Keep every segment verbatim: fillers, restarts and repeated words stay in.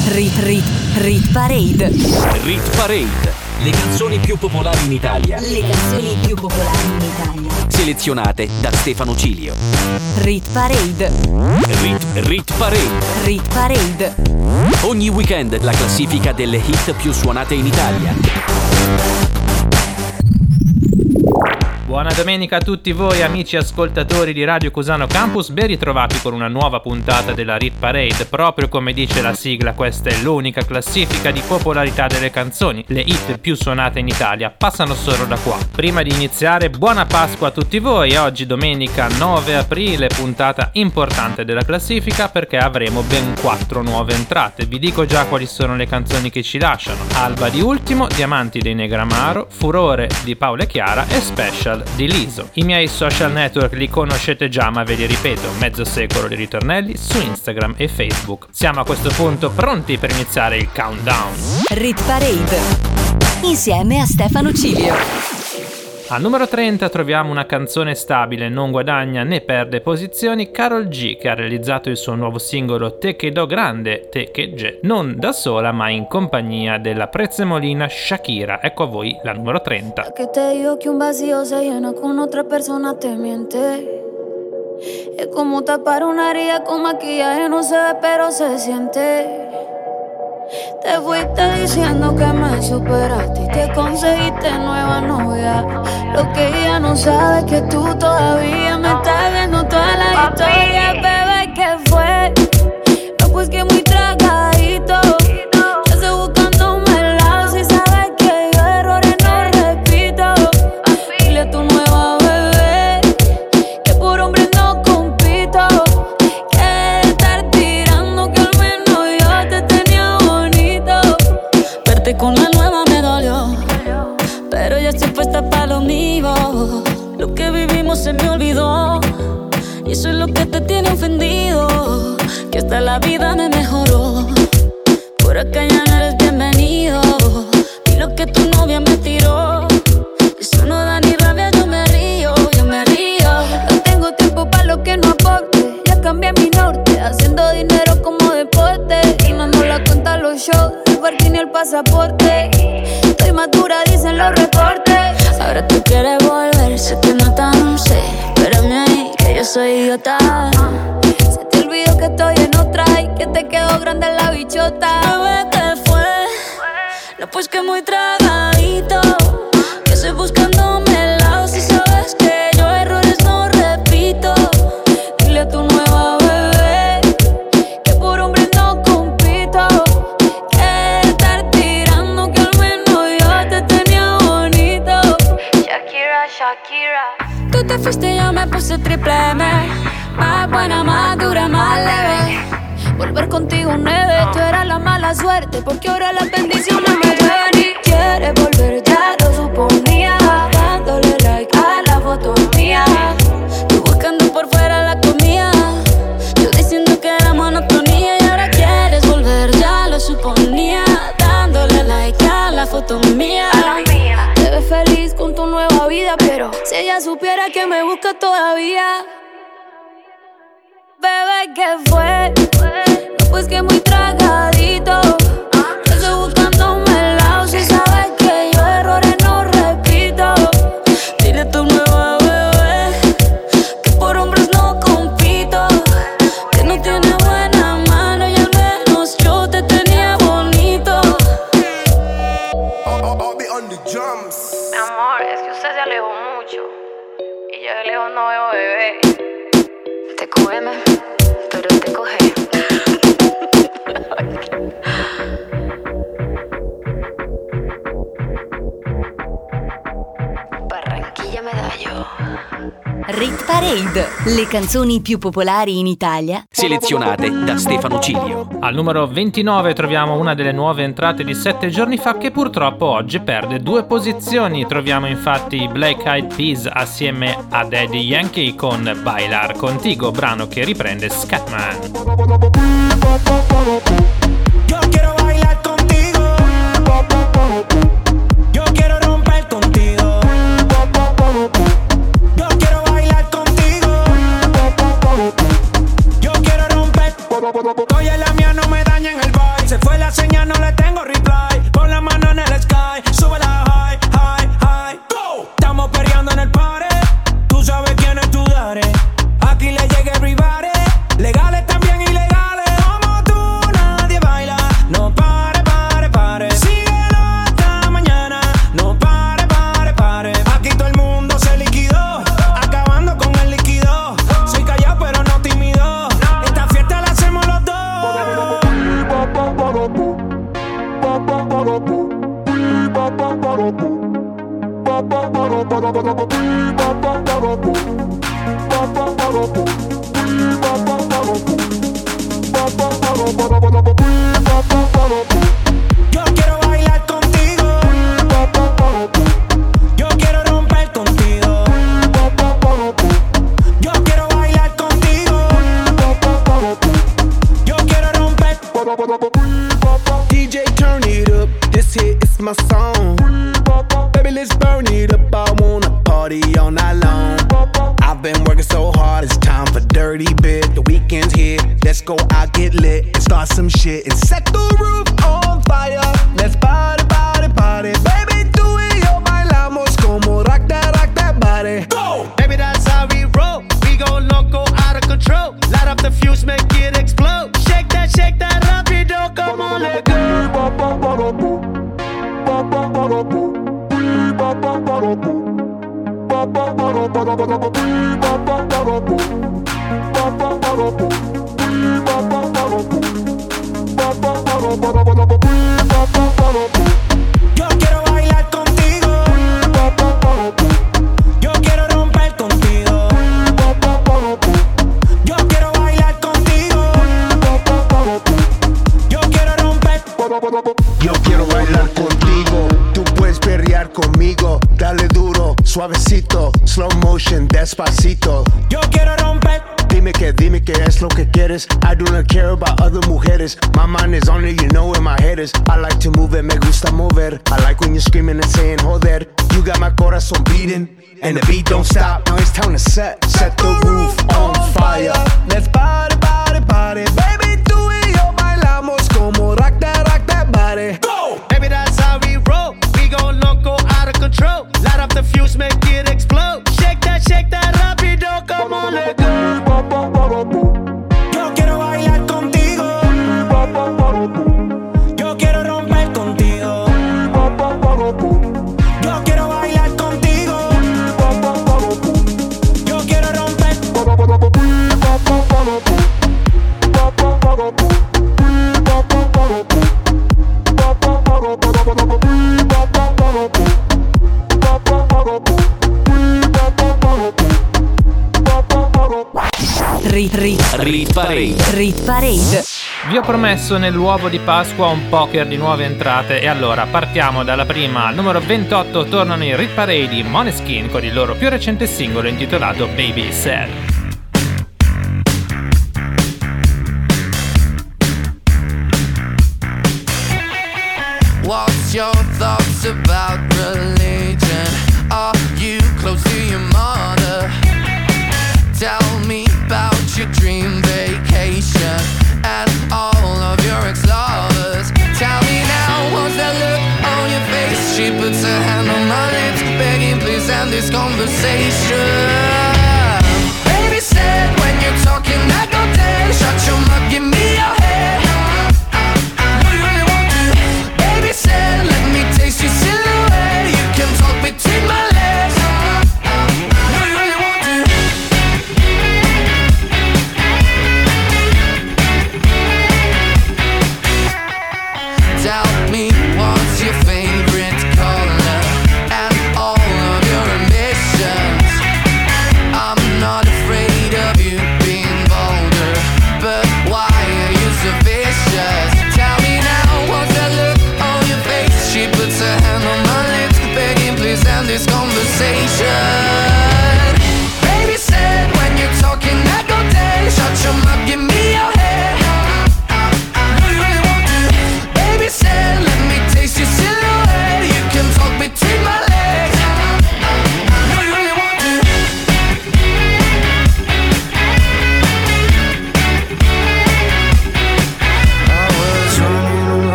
Rit Rit Rit Parade. Rit Parade. Le canzoni più popolari in Italia. Le canzoni più popolari in Italia. Selezionate da Stefano Cilio. Rit Parade. Rit Rit Parade. Rit Parade. Ogni weekend la classifica delle hit più suonate in Italia. Buona domenica a tutti voi amici ascoltatori di Radio Cusano Campus, ben ritrovati con una nuova puntata della Rit Parade. Proprio come dice la sigla, questa è l'unica classifica di popolarità delle canzoni. Le hit più suonate in Italia passano solo da qua. Prima di iniziare, buona Pasqua a tutti voi. Oggi domenica nove aprile, puntata importante della classifica perché avremo ben quattro nuove entrate. Vi dico già quali sono le canzoni che ci lasciano: Alba di Ultimo, Diamanti dei Negramaro, Furore di Paola e Chiara e Special di Liso. I miei social network li conoscete già, ma ve li ripeto: mezzo secolo di ritornelli su Instagram e Facebook. Siamo a questo punto pronti per iniziare il countdown. Rit Parade insieme a Stefano Cilio. Al numero trenta troviamo una canzone stabile, non guadagna né perde posizioni, Karol G, che ha realizzato il suo nuovo singolo Te che do grande, te che ge, non da sola ma in compagnia della prezzemolina Shakira. Ecco a voi la numero trenta. Que te digo que un vacío se llena con otra persona te miente. Es como tapar una herida con maquillaje, no se ve pero se siente. Te fuiste diciendo que me superaste y te conseguiste nueva novia. Lo que ella no sabe es que tú todavía me estás viendo toda la historia. Bebé, ¿qué fue? No, pues que muy tragadito. Yo estoy buscándome el lado. Si sabes que yo errores no repito. Dile a tu nueva bebé que por hombre no compito. Que estar tirando que al menos yo te tenía bonito. Verte con la nueva me dolió, pero ya estoy puesta para lo mío. Lo que vivimos se me olvidó y eso es lo que te tiene ofendido. Que hasta la vida me mejoró. Por acá ya no eres bienvenido. Y lo que tu novia me tiró, eso no da ni rabia, yo me río, yo me río. No tengo tiempo para lo que no aporte. Ya cambié mi norte, haciendo dinero como deporte. Y no nos la cuenta los shows, el parking y el pasaporte. Estoy madura, dicen los reportes. Ahora tú quieres volver, sé que no tan sé. Espérame ahí, que yo soy idiota. Se te olvidó que estoy en otra y que te quedó grande la bichota. Bebé, ¿qué fue? No, pues que muy tragadito. Que estoy buscándome el lado. Si sabes que yo errores no repito. Dile a tu nueva bebé que por hombre no compito. Que estar tirando que al menos yo te tenía bonito. Shakira, Shakira. Tú te fuiste y yo me puse triple M. Más buena, más dura, más leve. Volver contigo nueve. Tú eras la mala suerte porque ahora las bendiciones me llueven. Y quieres volver, ya lo suponía. Dándole like a la foto mía. Tú buscando por fuera la comida. Yo diciendo que era monotonía. Y ahora quieres volver, ya lo suponía. Dándole like a la foto mía. Te ves feliz con tu nueva vida, pero si ella supiera que me busca todavía. Bebé, ¿qué fue? No, pues que muy tragadito. Yo estoy buscándome el lado. Si sabes que yo errores no repito. Dile a tu nueva bebé que por hombres no compito. Que no tiene buena mano y al menos yo te tenía bonito. Mi amor, es que usted se alejó mucho y yo de lejos no veo bebé. Te cógeme, pero te coge. Barranquilla Medallo. Rit Parade, le canzoni più popolari in Italia, selezionate da Stefano Cilio. Al numero ventinove troviamo una delle nuove entrate di sette giorni fa che purtroppo oggi perde due posizioni. Troviamo infatti Black Eyed Peas assieme a Daddy Yankee con Bailar Contigo, brano che riprende Scatman. Yo quiero bailar contigo. Yo quiero romper contigo. Yo quiero bailar contigo. Yo quiero romper. Oye, la mía no me daña en el baile. Se fue Yo quiero bailar contigo. Yo quiero romper contigo. Yo quiero bailar contigo. Yo quiero romper. D J turn it up, this hit is my song. Baby let's burn it up, I wanna party all night long. I've been working so hard, it's time for dirty bit. The weekend's here, let's go out, get lit and start some shit and set the roof on fire. Let's party, party, party. Baby do it, yo bailamos como rock that, rock that body. Go! Baby, that's how we roll. We go loco, out of control. Light up the fuse, make it explode. Shake that, shake that rapido, come on, let go. Yo quiero bailar contigo. Yo quiero romper contigo. Yo quiero bailar contigo. Yo quiero romper. Yo quiero bailar contigo, tú puedes perrear conmigo. Dale duro, suavecito, slow motion, despacito. Yo quiero romper. Dime que, dime que es lo que quieres. I do not care about other mujeres. My mind is on it, you know where my head is. I like to move it, me gusta mover. I like when you're screaming and saying joder. You got my corazón beating, and the beat don't stop. Now it's time to set, set the roof on fire. Let's party, party, party. Baby, do it, yo bailamos como rock that, rock that body. Go! Baby, that's how we roll. We go loco, out of control. Light up the fuse, make it explode. Shake that, shake that rapido, come on, let go. Yo quiero bailar contigo. Yo quiero romper contigo. Yo quiero bailar contigo. Yo quiero romper. Rit, rit, Rit Parade. rit parade. Vi ho promesso nell'uovo di Pasqua un poker di nuove entrate e allora partiamo dalla prima. Al numero ventotto tornano i Rit Parade i Måneskin con il loro più recente singolo intitolato Baby Said. What's your thoughts about religion? Are you close to your mother? Tell me about your dream vacation and all of your ex-lovers. Tell me now, what's that look on your face? She puts her hand on my lips, begging please end this conversation. Baby said when you're talking I go dead. Shut your mouth, give me your head. What do you really want to? Baby said let me taste your silhouette. You can talk between my legs. What do you really want to? Tell me what's your favorite color and all of your ambitions.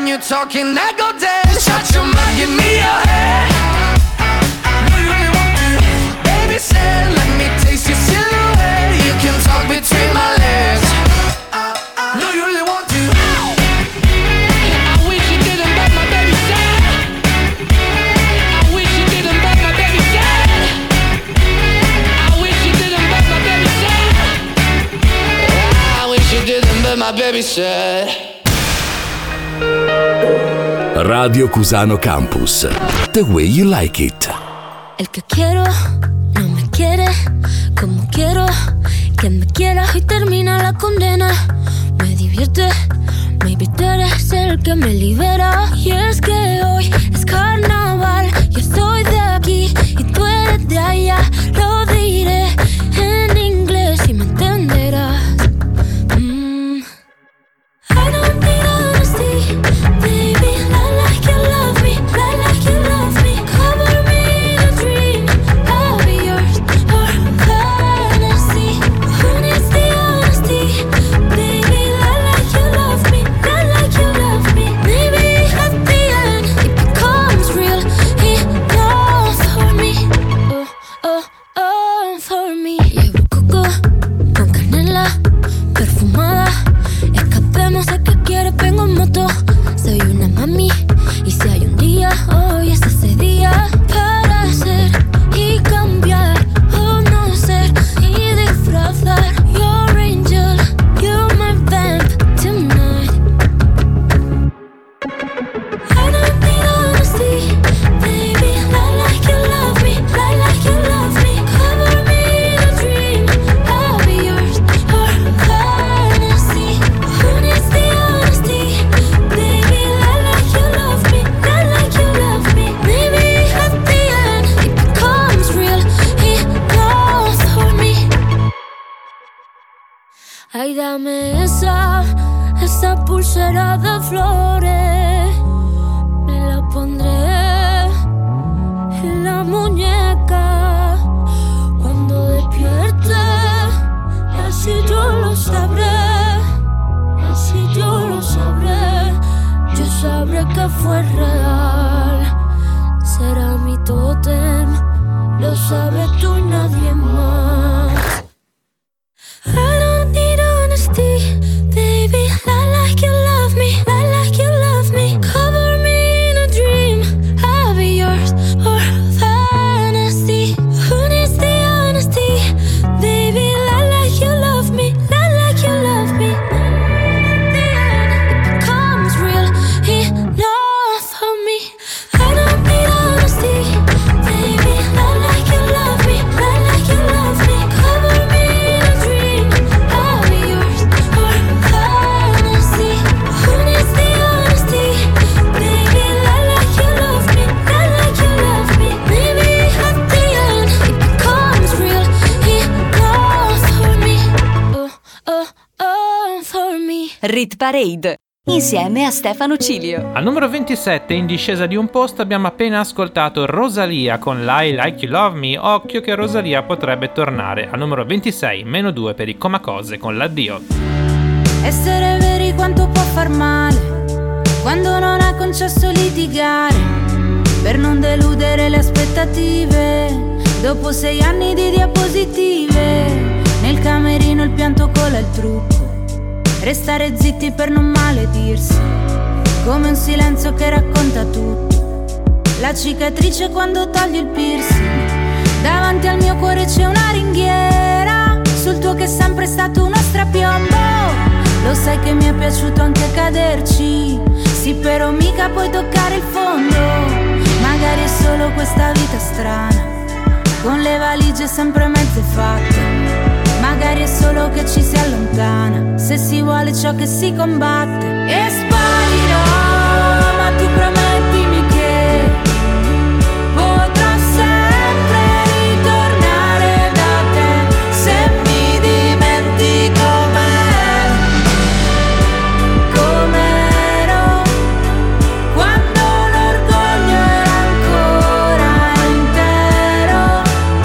when you're talking, I go dead. Shut your mouth, give me your head. Do you really want to? Baby said, let me taste your silhouette. You can talk between my legs. Do you really want to? I wish you didn't, but my baby said. I wish you didn't, but my baby said. I wish you didn't, but my baby said. I wish you didn't, but my baby said. Radio Cusano Campus. The way you like it. El que quiero no me quiere como quiero que me quiera y termina la condena. Me divierte, maybe tú eres el que me libera. Y es que hoy es carnaval, yo soy de aquí y tú eres de allá. Lo diré en inglés y me entenderás. Mm. I don't need honesty, baby. I like you love me, I like you love me. Cover me in a dream, I'll be yours for fantasy. Who needs the honesty, baby? I like you love me, I like you love me. Maybe at the end it becomes real enough for me. Oh, oh, oh, for me. Llevo coco con canela perfumada. Escapemos a que quieres, vengo en moto. Soy una mami y si hay un día, hoy es ese día para ser y cambiar o no ser y disfrazar. Your angel, you're my vamp tonight. I don't need honesty, baby. I like you love me, I like you love me. Cover me in a dream, I'll be yours for fantasy. Who needs the honesty, baby? I like you love me, I like you love me. Maybe at the end it becomes real enough for me. Ay, dame esa, esa pulsera de flores. Me la pondré en la muñeca cuando despierte. Así yo lo sabré, así yo lo sabré. Yo sabré que fue real. Será mi tótem, lo sabes tú y nadie más. I don't need honesty, baby. I like you love me, I like you love me. Cover me in a dream, I'll be yours for fantasy. Who needs the honesty, baby? I like you love me, I like you love me. At the end it becomes real enough for me. I don't need honesty, baby. I like you love me, I like you love me. Cover me in a dream, I'll be yours for fantasy. Who needs the honesty, baby? I like you love me, I like you love me. Maybe at the end it becomes real enough for me. Oh, oh, oh, for me. Rit Parade, insieme a Stefano Cilio. Al numero ventisette, in discesa di un posto, abbiamo appena ascoltato Rosalia con I Like You Love Me. Occhio che Rosalia potrebbe tornare. Al numero ventisei, meno due per i Comacose con l'addio. Essere veri quanto può far male quando non ha concesso litigare per non deludere le aspettative. Dopo sei anni di diapositive nel camerino il pianto cola il trucco. Restare zitti per non maledirsi, come un silenzio che racconta tutto. La cicatrice quando togli il piercing. Davanti al mio cuore c'è una ringhiera, sul tuo che è sempre stato uno strapiombo. Lo sai che mi è piaciuto anche caderci, sì però mica puoi toccare il fondo. Magari è solo questa vita strana, con le valigie sempre mezze fatte. Magari è solo che ci si allontana, se si vuole ciò che si combatte. E sparirò, ma tu promettimi che potrò sempre ritornare da te, se mi dimentico me, com'ero quando l'orgoglio era ancora intero.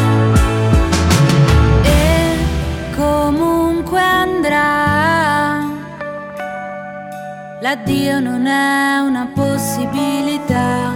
E comunque andrà, la L'addio non è una possibilità.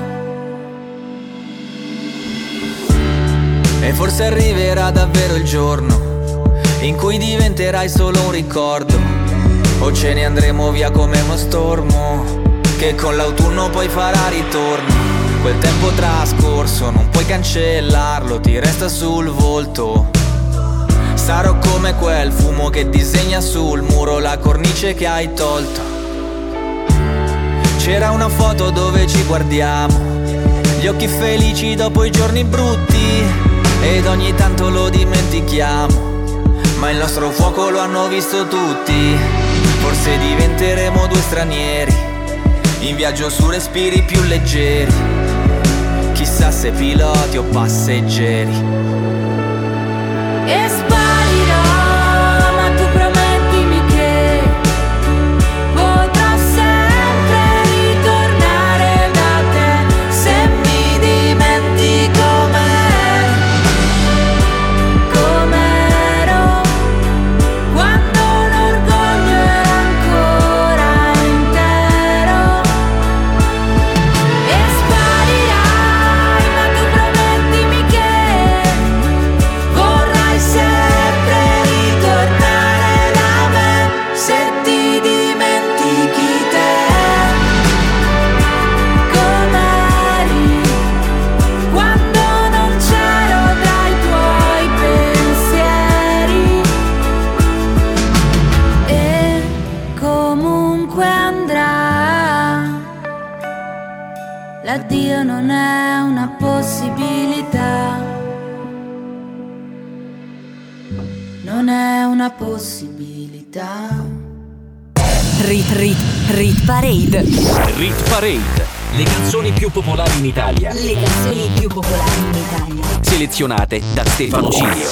E forse arriverà davvero il giorno in cui diventerai solo un ricordo, o ce ne andremo via come uno stormo che con l'autunno poi farà ritorno. Quel tempo trascorso non puoi cancellarlo, ti resta sul volto. Sarò come quel fumo che disegna sul muro la cornice che hai tolto. C'era una foto dove ci guardiamo, gli occhi felici dopo i giorni brutti, ed ogni tanto lo dimentichiamo, ma il nostro fuoco lo hanno visto tutti. Forse diventeremo due stranieri in viaggio su respiri più leggeri, chissà se piloti o passeggeri. E sparirò, ma tu promettimi che potrò sempre ritornare da te, se mi dimentico me, com'ero quando l'orgoglio era ancora intero. E sparirai, ma tu promettimi che vorrai sempre ritornare da me, se ti dimentichi te, com'eri quando non c'ero tra i tuoi pensieri. E comunque andrà, l'addio non è una possibilità. Non è una possibilità. Rit Rit Rit Parade. Rit Parade. Le canzoni più popolari in Italia. Le canzoni più popolari in Italia. Selezionate da Stefano Cilio.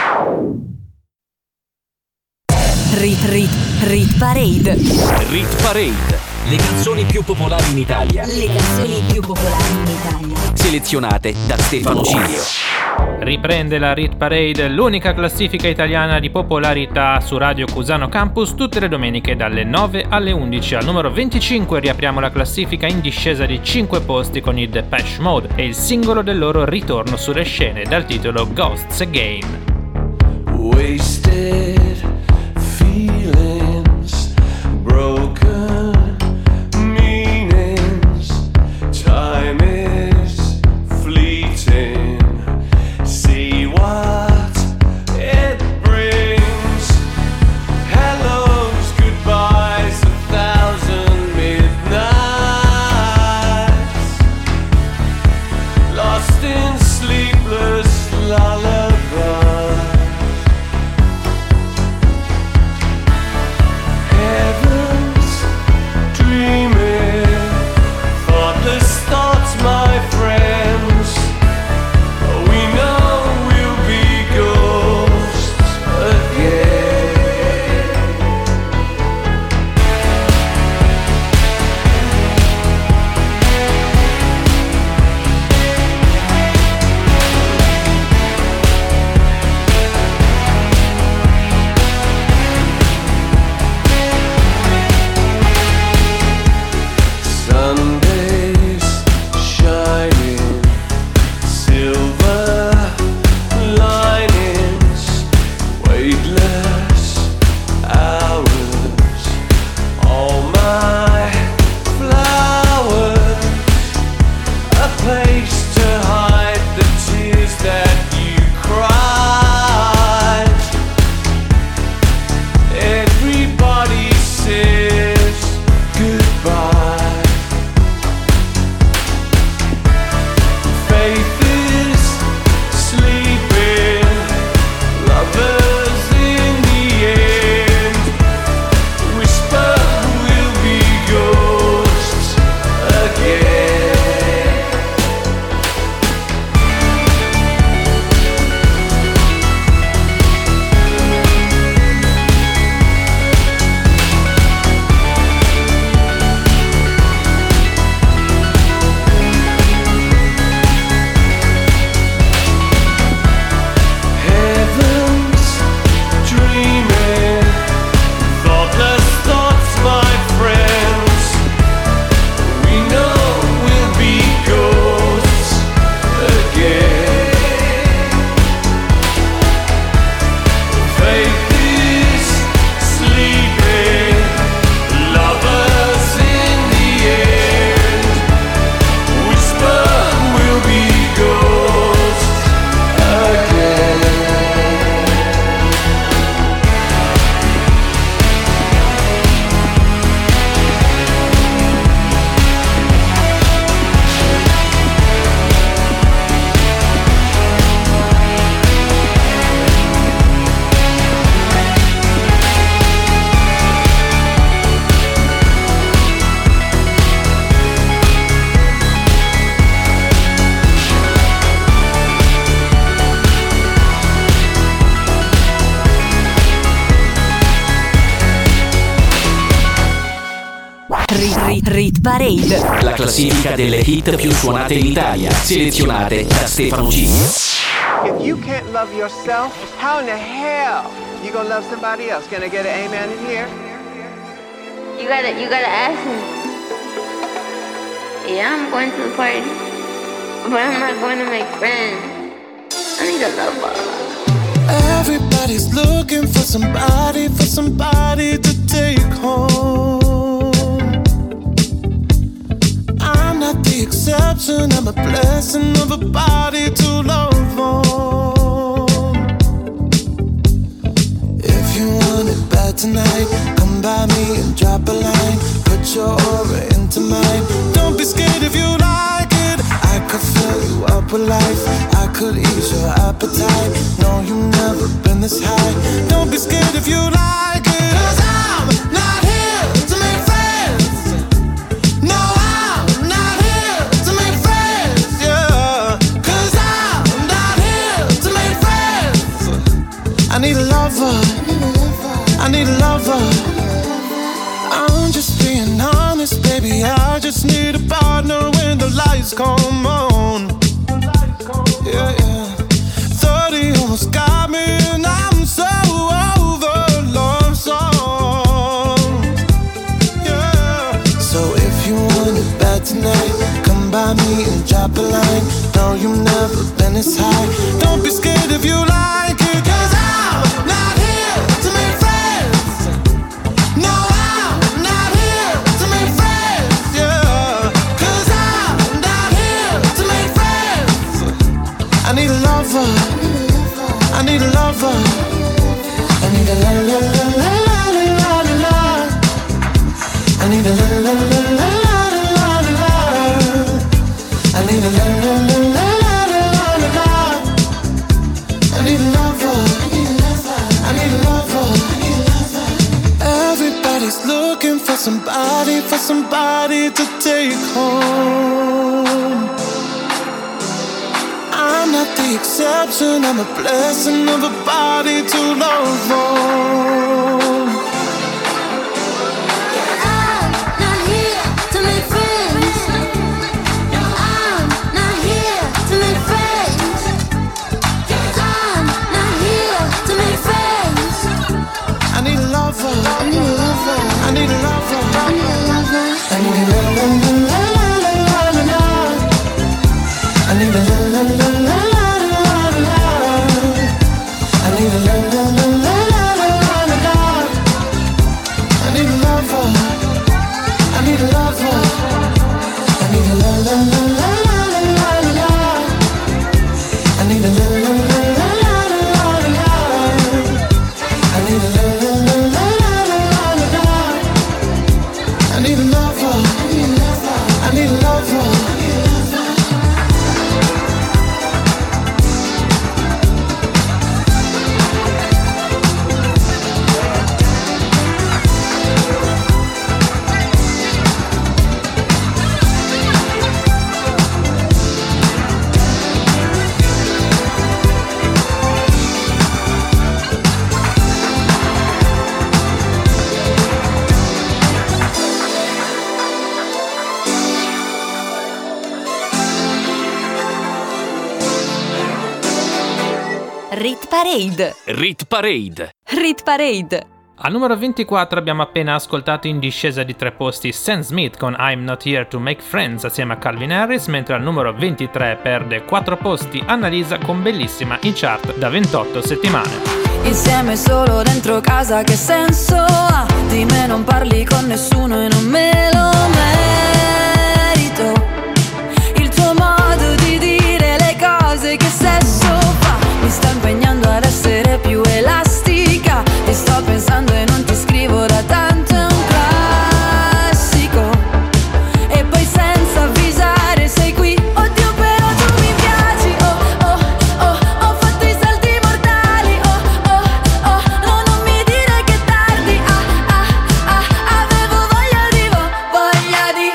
Rit Rit Rit Parade. Rit Parade. Le canzoni più popolari in Italia. Le canzoni più popolari in Italia. Selezionate da Stefano Cilio. Riprende la Rit Parade, l'unica classifica italiana di popolarità su Radio Cusano Campus, tutte le domeniche dalle nove alle undici. Al numero venticinque riapriamo la classifica in discesa di cinque posti con i Depeche Mode e il singolo del loro ritorno sulle scene dal titolo Ghosts Again. Wasted feelings, broken meanings, time is fleeting. See what it brings. Hellos, goodbyes, a thousand midnights, lost in sleepless lullaby. Rit Parade, la classifica delle hit più suonate in Italia, selezionate da Stefano G. If you can't love yourself, how in the hell you gonna love somebody else? Can I get an amen in here? You gotta, you gotta ask me. Yeah, I'm going to the party, but I'm not going to make friends. I need a lover. Everybody's looking for somebody, for somebody to take home. I'm not the exception, I'm a blessing of a body to love on. If you want it bad tonight, come by me and drop a line. Put your aura into mine. Don't be scared if you like it. I could fill you up with life. I could ease your appetite. No, you've never been this high. Don't be scared if you like it. Cause I'm not here to make friends. No, I'm not here to make friends, yeah. Cause I'm not here to make friends. I need a lover. I need a lover. I'm just being honest, baby. I just need a partner when the lights come on. Yeah, yeah. thirty almost got me, and I'm so over love songs. Yeah. So if you want it bad tonight, come by me and drop a line. No, you've never been this high. Don't be scared if you like it. Cause I'm not here to make friends. No, I'm not here to make friends, yeah. Cause I'm not here to make friends. I need a lover. I need a lover. I need a la la la la la la la la. I need a la la la la la la la la. I need a la la la la la la la. I need a lover. I need a lover. Everybody's looking for somebody, for somebody to take home. I'm not the exception, I'm a blessing of a body to love on. I'm not here to make friends. I'm not here to make friends. I'm not here to make friends. I need a lover. I need a lover. I need a lover. I need a lover. I need a la la la la la la la. I need a la la la la la la. I need a la la la la la la. I need a lover. I need a lover. I need a la la la la la la. I need a la la la la la la. I need a la la la la la la. I need a lover. I need a lover. Rit Parade, Rit Parade. Rit Parade. Al numero ventiquattro abbiamo appena ascoltato in discesa di tre posti Sam Smith con I'm Not Here to Make Friends assieme a Calvin Harris, mentre al numero ventitré perde quattro posti Annalisa con Bellissima in chart da ventotto settimane. Insieme solo dentro casa che senso ha? Di me non parli con nessuno e non me lo merito. Il tuo modo di dire le cose che sesso fa mi sta impegnando ad essere più elastica. Ti sto pensando e non ti scrivo da tanto, è un classico. E poi senza avvisare sei qui. Oddio però tu mi piaci. Oh oh oh, ho fatto i salti mortali. Oh oh oh, no non mi dire che tardi. Ah ah ah, avevo voglia di vo- voglia di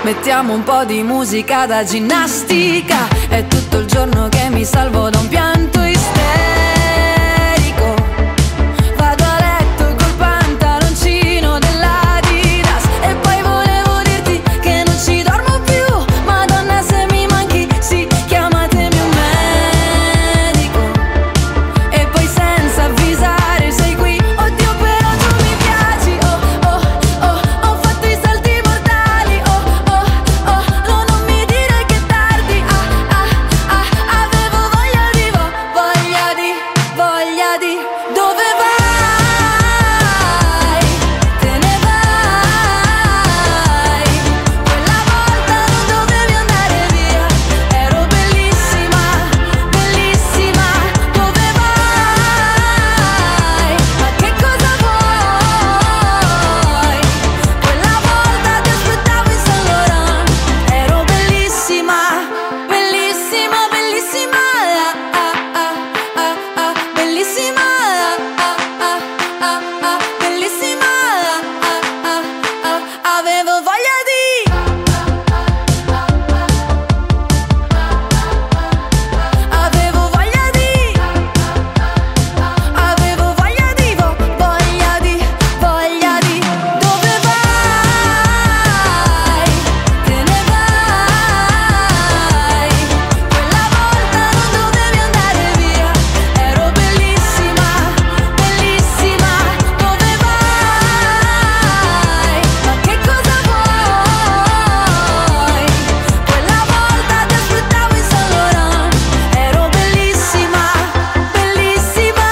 Mettiamo un po' di musica da ginnastica. È tutto il giorno che mi salvo da un pianto isterico. Vado a letto col pantaloncino dell'Adidas. E poi volevo dirti che non ci dormo più. Madonna, se mi manchi, sì, chiamatemi un medico. E poi senza avvisare sei qui. Oddio, però tu mi piaci. Oh, oh, oh, ho fatto i salti mortali. Oh, oh, oh, no, non mi dire che è tardi. Ah, ah, ah, avevo voglia di, vo- voglia di, voglia di. Dove vai? Te ne vai. Quella volta non dovevi andare via. Ero bellissima, bellissima. Dove vai? Ma che cosa vuoi? Quella volta ti aspettavo in Saint Laurent. Ero bellissima, bellissima, bellissima. Ah, ah, ah, ah, ah, bellissima. Ah, ah, ah, ah, bellissima. Ah, ah, ah, avevo voglia di. Avevo voglia di. Avevo voglia di, vo- voglia di, voglia di. Dove vai? Te ne vai. Quella volta non dovevi andare via. Ero bellissima, bellissima. Dove vai? Ma che cosa vuoi? Quella volta ti aspettavo in Saint Laurent. Ero bellissima, bellissima.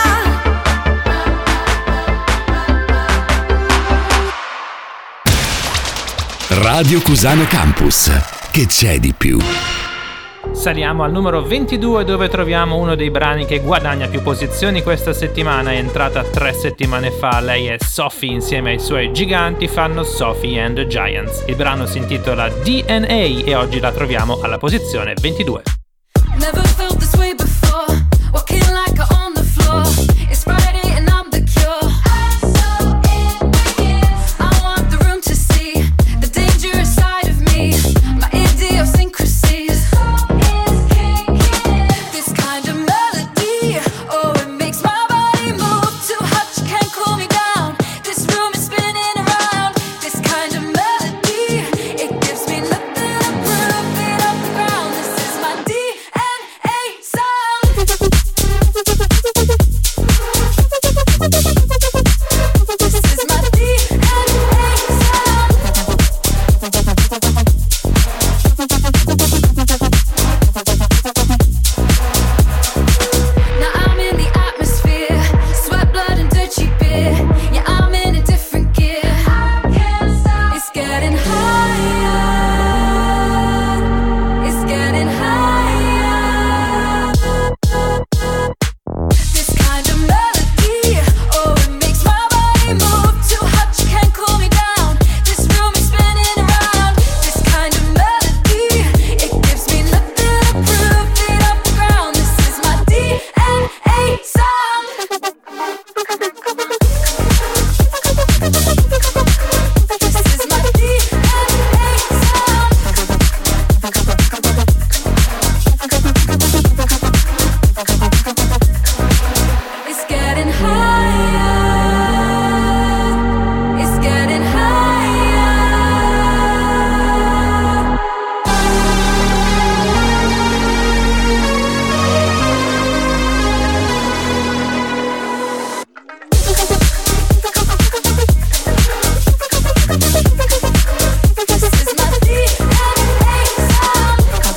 Radio Cusano Campus. Che c'è di più? Saliamo al numero ventidue, dove troviamo uno dei brani che guadagna più posizioni questa settimana. È entrata tre settimane fa. Lei è Sophie, insieme ai suoi giganti fanno Sophie and the Giants. Il brano si intitola D N A e oggi la troviamo alla posizione ventidue. Never felt this way before. Walking like I'm on the floor. It's Friday and I'm the cure. I want the room to see the dangerous side of me, my idiosyncrasies. This kind of melody, oh, it makes my body move. Too hot, you can't cool me down. This room is spinning around. This kind of melody, it gives me nothing to prove it off the ground. This is my D N A sound. This is my D N A sound. Now I'm in the atmosphere, sweat, blood, and dirty beer. Yeah, I'm in a different gear. It's getting higher. It's getting higher. This kind of melody, oh, it makes my body move. Too hot, you can't cool me down. This room is spinning around. This kind of melody, it gives me nothing to prove it off the ground. This is my D N A sound. This is my D N A sound. It's getting higher. It's getting higher. This is my D N A sound.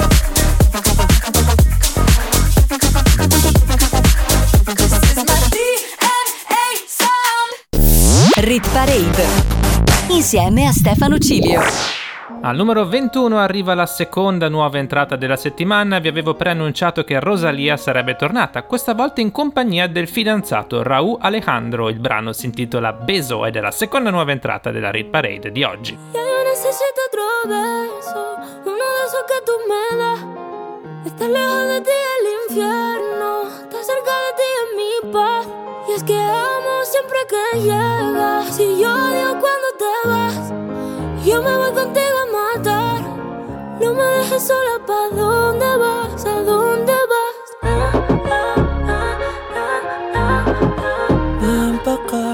This is my D N A sound. Rit Parade insieme a Stefano Cilio. Al numero ventuno arriva la seconda nuova entrata della settimana. Vi avevo preannunciato che Rosalía sarebbe tornata, questa volta in compagnia del fidanzato Raúl Alejandro. Il brano si intitola Beso ed è la seconda nuova entrata della Rit Parade di oggi. Ya yo necesito otro beso, uno de esos que tú me das. Estar lejos de ti es el infierno, estar cerca de ti es mi paz. Y es que amo siempre que llegas. Si yo odio cuando te vas, yo me voy contigo a matar. No me dejes sola, ¿pa' dónde vas? ¿A dónde vas? Ven pa' acá.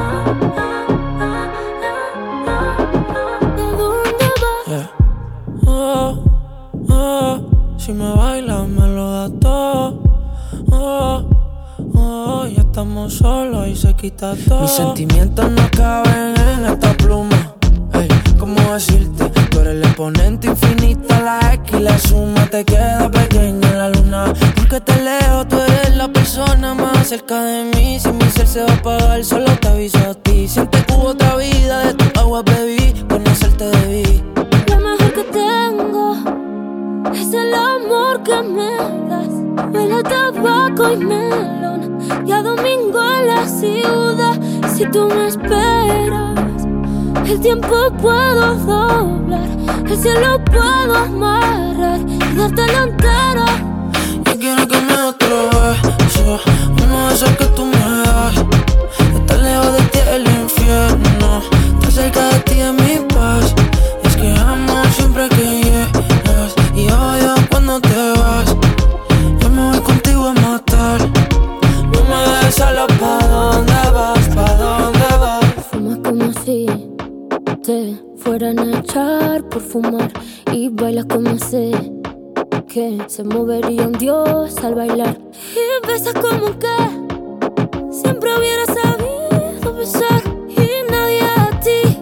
¿A dónde vas? Yeah. Oh, oh, si me bailas me lo da todo. Oh, oh, ya estamos solos y se quita todo. Mis sentimientos no caben en esta pluma. Hey, ¿cómo decirte? Tú eres el exponente infinito, la X y la suma te queda pequeña en la luna. Porque te leo, tú eres la persona más cerca de mí. Si mi ser se va a apagar, solo te aviso a ti. Siente que hubo otra vida, de tu agua bebí, conocerte debí. Lo mejor que tengo es el amor que me das. Huele a tabaco y melón y a domingo en la ciudad. Si tú me esperas, el tiempo puedo doblar, el cielo puedo amarrar y dártelo entero. Yo quiero que me des otro beso, uno de esos que tú me das. Estar lejos de ti es el infierno, estar cerca de ti es mi paz. Y es que amo siempre que llegas y odio cuando te vas. Yo me voy contigo a matar, no me dejes sola. ¿Pa' dónde vas? ¿Pa' dónde vas? Fuma como si te fueran a echar por fumar y bailas como sé que se movería un dios al bailar. Y besas como que siempre hubiera sabido besar. Y nadie a ti,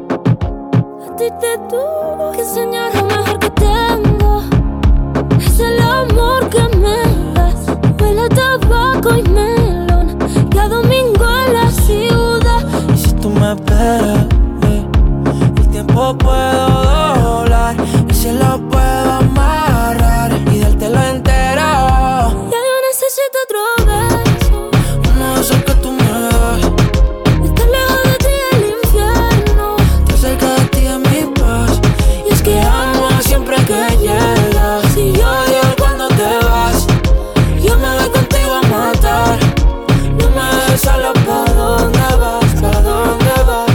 a ti te tuvo que enseñar. Lo mejor que tengo es el amor que me das. Huele a tabaco y melón y a domingo en la ciudad. Y si tú me esperas, el tiempo puedo doblar, el cielo puedo amarrar y dártelo entero. Ya yo necesito otro beso, uno de esos que tú me das. Estar lejos de ti es el infierno, estar cerca de ti es mi paz. y es que Amo siempre que llegas y odio cuando te vas. Yo me voy contigo a matar, no me dejes sola. ¿Pa' dónde vas? ¿Pa' dónde vas?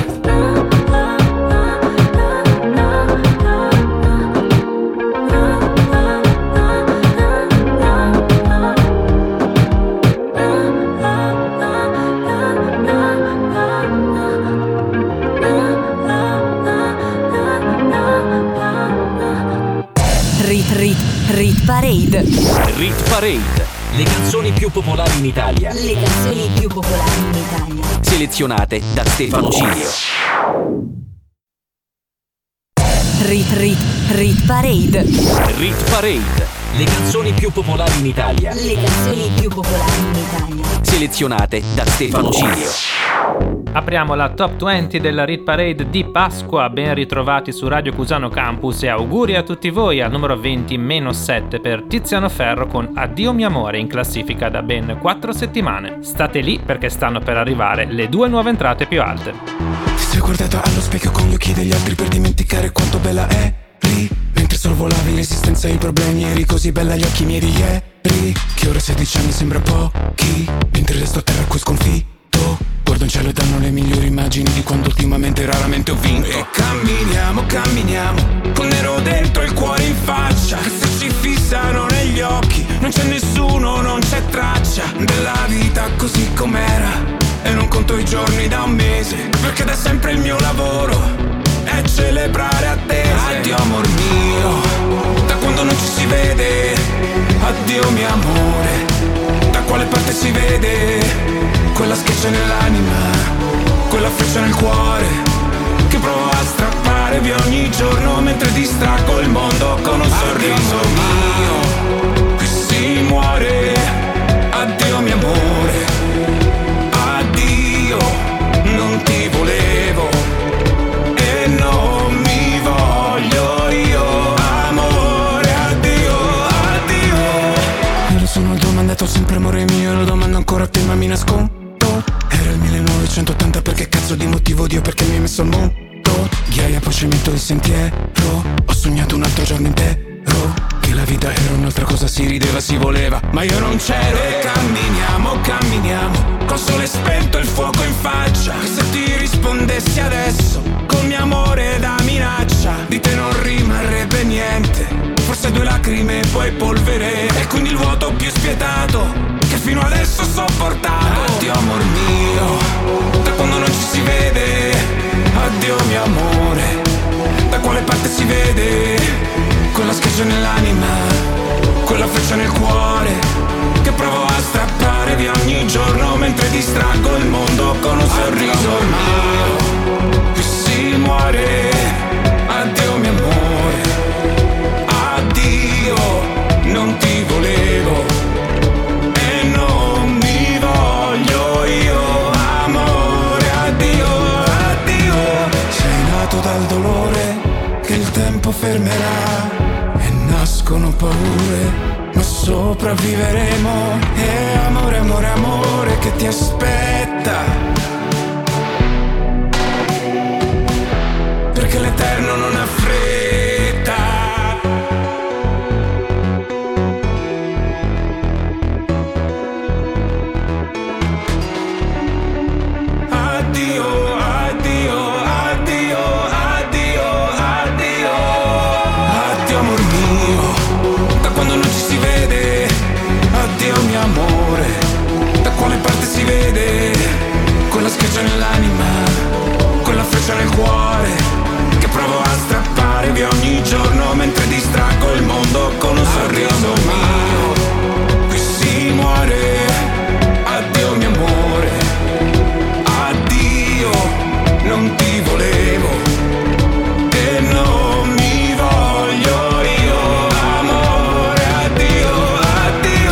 Rit Rit Rit Parade. Rit Parade. Le canzoni più popolari in Italia. Le canzoni più popolari in Italia. Selezionate da Stefano Cilio. Rit Rit Rit Parade. Rit Parade. Le canzoni più popolari in Italia. Le canzoni più popolari in Italia. Selezionate da Stefano Cilio. Apriamo la top venti della Rit Parade di Pasqua. Ben ritrovati su Radio Cusano Campus e auguri a tutti voi. Al numero venti meno sette per Tiziano Ferro con Addio mio amore, in classifica da ben quattro settimane. State lì perché stanno per arrivare le due nuove entrate più alte. Ti sei guardata allo specchio con gli occhi degli altri per dimenticare quanto bella eri. Mentre sorvolavi l'esistenza e i problemi, eri così bella agli occhi miei di ieri. Che ora sedici anni sembra pochi, mentre resto a terra qui sconfitto. Guardo in cielo e danno le migliori immagini di quando ultimamente raramente ho vinto. E camminiamo, camminiamo, con nero dentro e il cuore in faccia, che se ci fissano negli occhi non c'è nessuno, non c'è traccia della vita così com'era. E non conto i giorni da un mese, perché da sempre il mio lavoro è celebrare attese. Addio amor mio, da quando non ci si vede. Addio mio amore, da quale parte si vede quella schiaccia nell'anima, quella freccia nel cuore, che provo a strappare via ogni giorno mentre distraggo il mondo con un sorriso mio. Qui si muore. Addio mio amore, addio, non ti volevo e non mi voglio io. Amore, addio, addio. Io lo sono domandato sempre amore mio, lo domando ancora a te ma mi nascondo. Era il millenovecentottanta, perché cazzo di motivo Dio perché mi hai messo al mondo? Ghiaia poi cemento il sentiero, ho sognato un altro giorno intero, che la vita era un'altra cosa, si rideva, si voleva, ma io non c'ero. E camminiamo, camminiamo, col sole spento e il fuoco in faccia, che se ti rispondessi adesso, con mio amore da minaccia, di te non rimarrebbe niente, lacrime e poi polvere, e quindi il vuoto più spietato che fino adesso ho sopportato. Addio amor mio, da quando non ci si vede. Addio mio amore, da quale parte si vede? Quella schiaccia nell'anima, quella freccia nel cuore, che provo a strappare via ogni giorno mentre distraggo il mondo con un sorriso mio. Qui si muore. Addio mio amore, addio, non ti volevo e non mi voglio io, amore, addio, addio. Sei nato dal dolore che il tempo fermerà e nascono paure, ma sopravviveremo. E amore, amore, amore che ti aspetta, perché l'eterno non ha fretta. Addio, addio, addio, addio, addio. Addio amor mio, da quando non ci si vede. Addio mio amore, da quale parte si vede? Quella schiaccia nell'anima, quella freccia nel cuore, che provo a strappare via ogni giorno mentre distraggo il mondo con un sorriso mio. Qui si muore. Addio mio amore, addio, non ti volevo e non mi voglio io, amore, addio, addio.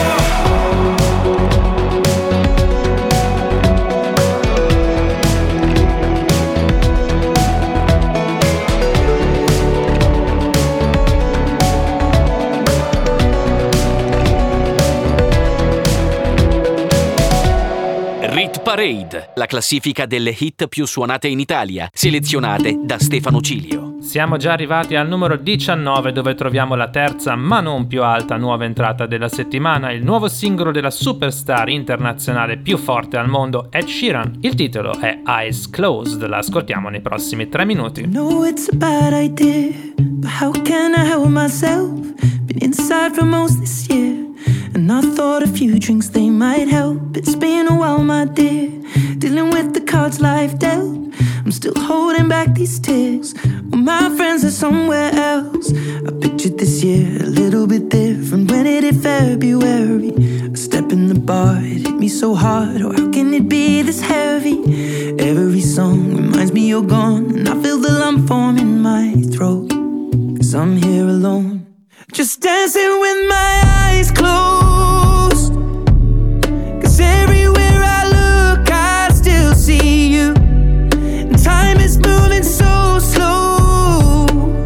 Rit Parade, la classifica delle hit più suonate in Italia, selezionate da Stefano Cilio. Siamo già arrivati al numero diciannove, dove troviamo la terza ma non più alta nuova entrata della settimana, il nuovo singolo della superstar internazionale più forte al mondo, Ed Sheeran. Il titolo è Eyes Closed, la ascoltiamo nei prossimi tre minuti. No, it's a bad idea, but how can I help myself? Been inside for most this year, and I thought a few drinks they might help. It's been a while, my dear, dealing with the cards life dealt. I'm still holding back these tears, well, my friends are somewhere else. I pictured this year a little bit different when it hit February. A step in the bar, it hit me so hard, or how can it be this heavy? Every song reminds me you're gone, and I feel the lump form in my throat, 'cause I'm here alone, just dancing with my eyes closed. 'Cause everywhere I look I still see you, and time is moving so slow,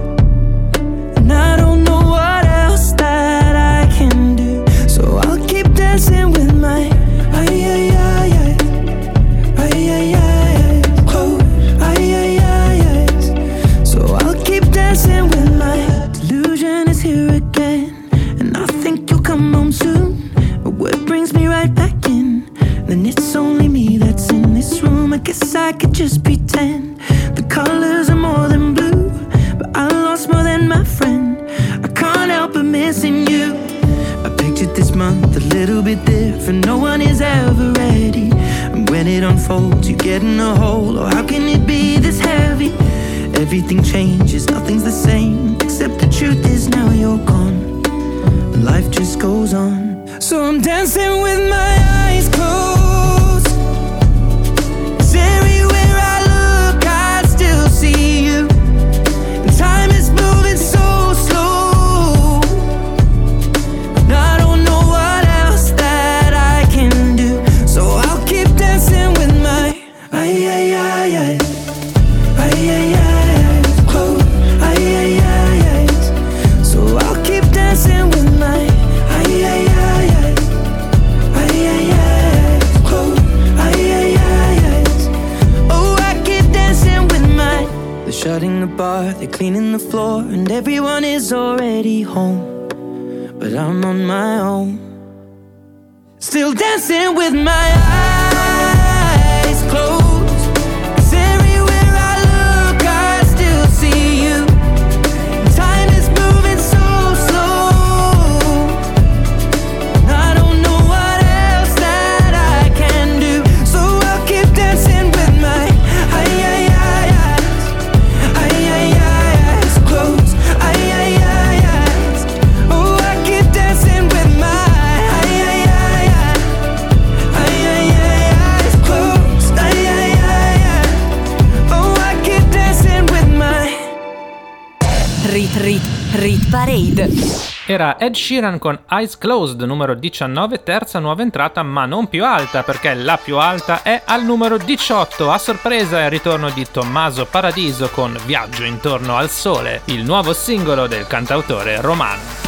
and I don't know what else that I can do, so I'll keep dancing with my ay ay ay ay ay ay ay close ay ay ay ay. So I'll keep dancing with my delusion is here again, and I think you'll come home soon. But what brings me right back in? Then it's only me that's in this room. I guess I could just pretend the colors are more than blue, but I lost more than my friend. I can't help but missing you. I pictured this month a little bit different. No one is ever ready, and when it unfolds you get in a hole. Oh, how can it be this heavy? Everything changes, nothing's the same, except the truth is now you're gone, and life just goes on. So I'm dancing with my eyes closed, 'cause everywhere I look I still see you, and time is moving so slow, and I don't know what else that I can do, so I'll keep dancing with my ay ay ay ay ay ay ay. Dancing with my ay ay ay ay ay ay ay close ay ay ay ay. Oh, I keep dancing with my. They're shutting the bar, they're cleaning the floor, and everyone is already home, but I'm on my own, still dancing with my eyes closed. 'Cause everywhere I look I still see you, time is moving so slow. Rit Rit Rit Parade. Era Ed Sheeran con Eyes Closed, numero diciannove, terza nuova entrata ma non più alta, perché la più alta è al numero diciotto. A sorpresa è il ritorno di Tommaso Paradiso con Viaggio intorno al sole, il nuovo singolo del cantautore romano.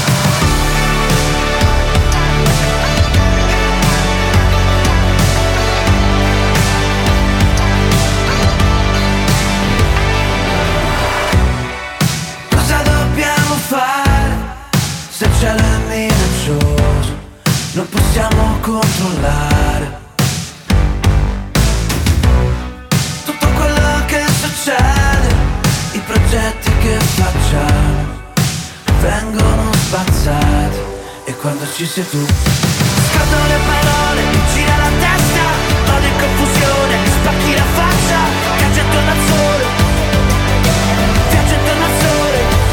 Se il cielo è minaccioso, non possiamo controllare tutto quello che succede, i progetti che facciamo vengono spazzati. E quando ci sei tu, scattano le parole, mi gira la testa, vado in confusione, mi spacchi la faccia, viaggio intorno al sole, viaggio intorno al sole.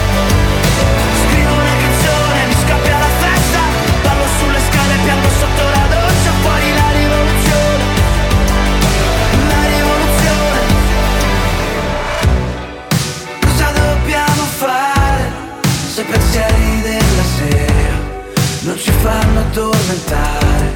Scappia la festa, ballo sulle scale, piango sotto la doccia, fuori la rivoluzione, la rivoluzione. Cosa dobbiamo fare se i pensieri della sera non ci fanno addormentare?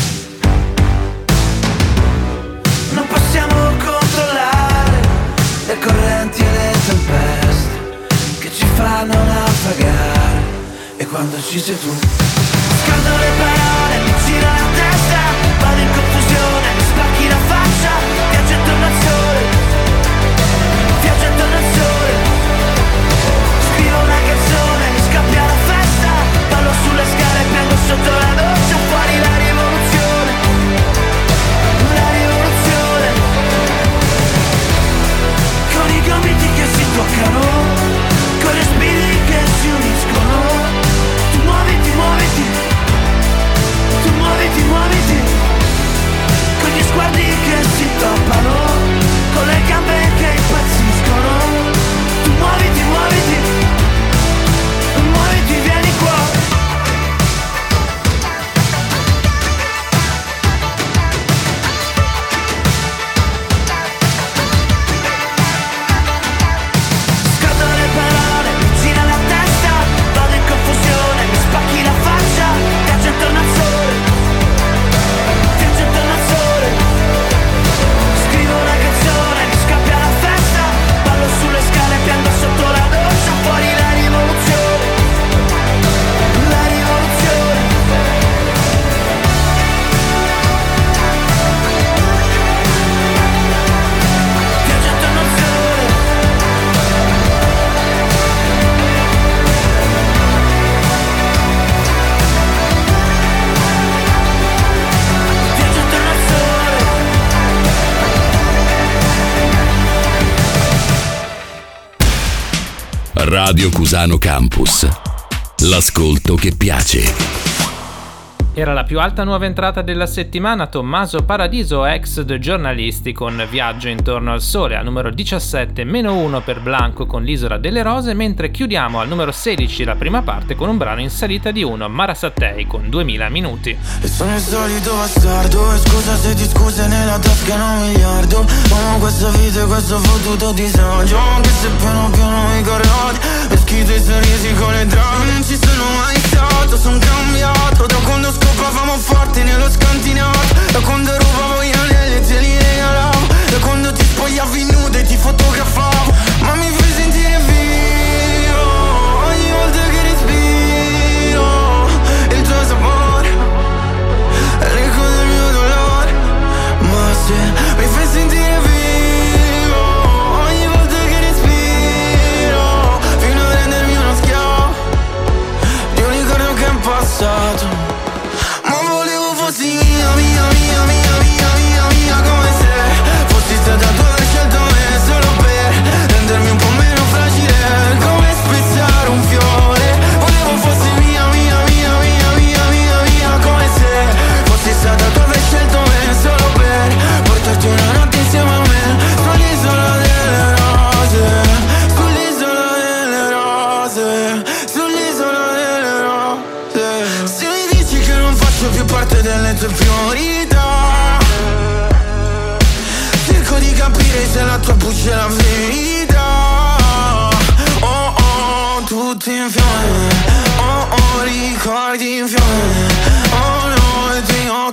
Non possiamo controllare le correnti e le tempeste che ci fanno naufragare. E quando ci sei tu, scaldo le parole, mi gira la testa, vado in confusione, mi spacchi la faccia, viaggio intorno al sole, viaggio intorno al sole. Scrivo una canzone, mi scappia la festa, ballo sulle scale, piango sotto la doccia, fuori la rivoluzione, la rivoluzione. Con i gomiti che si toccano, con le spine che si uniscono. Muoviti, muoviti, tu muoviti, muoviti, con gli sguardi che si toppano, con le gambe che impazziscono. Tu muoviti, muoviti, muoviti, vieni qua. Radio Cusano Campus. L'ascolto che piace. Era la più alta nuova entrata della settimana, Tommaso Paradiso, ex The Giornalisti con Viaggio intorno al sole. Al numero diciassette, meno uno per Blanco con l'Isola delle Rose, mentre chiudiamo al numero sedici la prima parte con un brano in salita di uno, Mara Sattei con duemila minuti. E sono il solito bastardo, e scusa se ti scuse nella tasca un miliardo. Amo questa vita e questo fottuto disagio, anche se piano piano mi corrodi, e schito i sorrisi con le drame. Non ci sono mai stato, son cambiato da quando scopavamo forti nello scantinato, da quando rubavo gli anelli e te li regalavo, da quando ti spogliavi nuda e ti fotografavo. Ma mi fai sentire vivo ogni volta che respiro il tuo sapore, l'eco del mio dolore. Ma se mi fai sentire vivo ogni volta che respiro, fino a rendermi uno schiavo di un ricordo che è passato. Fossi mia, mia, mia, mia, mia, mia, mia, come se fossi stata tu aver scelto me solo per rendermi un po' meno fragile, come spezzare un fiore. Volevo fossi mia, mia, mia, mia, mia, mia, mia, come se fossi stata tu aver scelto me solo per portarti una notte insieme a me sull'isola delle rose, sull'isola delle rose, sull'isola delle rose. Se mi dici che non faccio più parte delle tue priorità, cerco di capire se la tua buccia è la verità. Oh oh,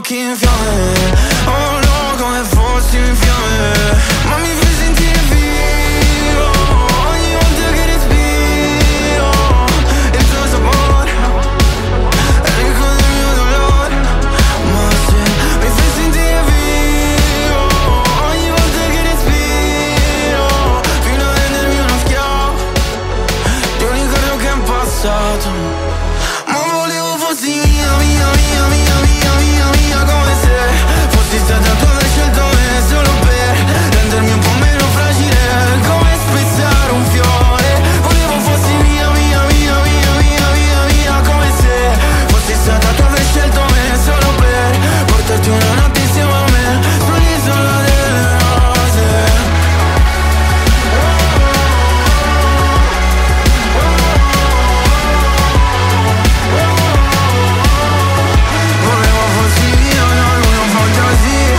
occhi in fiamme. Oh no, come fossi in fiamme. Ma mi fai sentire vivo ogni volta che respiro. Il tuo sapore è l'eco del mio dolore. Ma se mi fai sentire vivo ogni volta che respiro, fino a rendermi uno schiavo di un ricordo che è passato. Ma volevo fossi mia, mia, mia, mia, mia, mia, mia, come se fossi stata tu aver scelto me solo per rendermi un po' meno fragile, come spezzare un fiore. Volevo fossi mia, mia, mia, mia, mia, mia, mia, come se fossi stata tu aver scelto me solo per portarti una notte insieme a me sull'isola delle rose. Volevo fossi mia, una luna fantasia.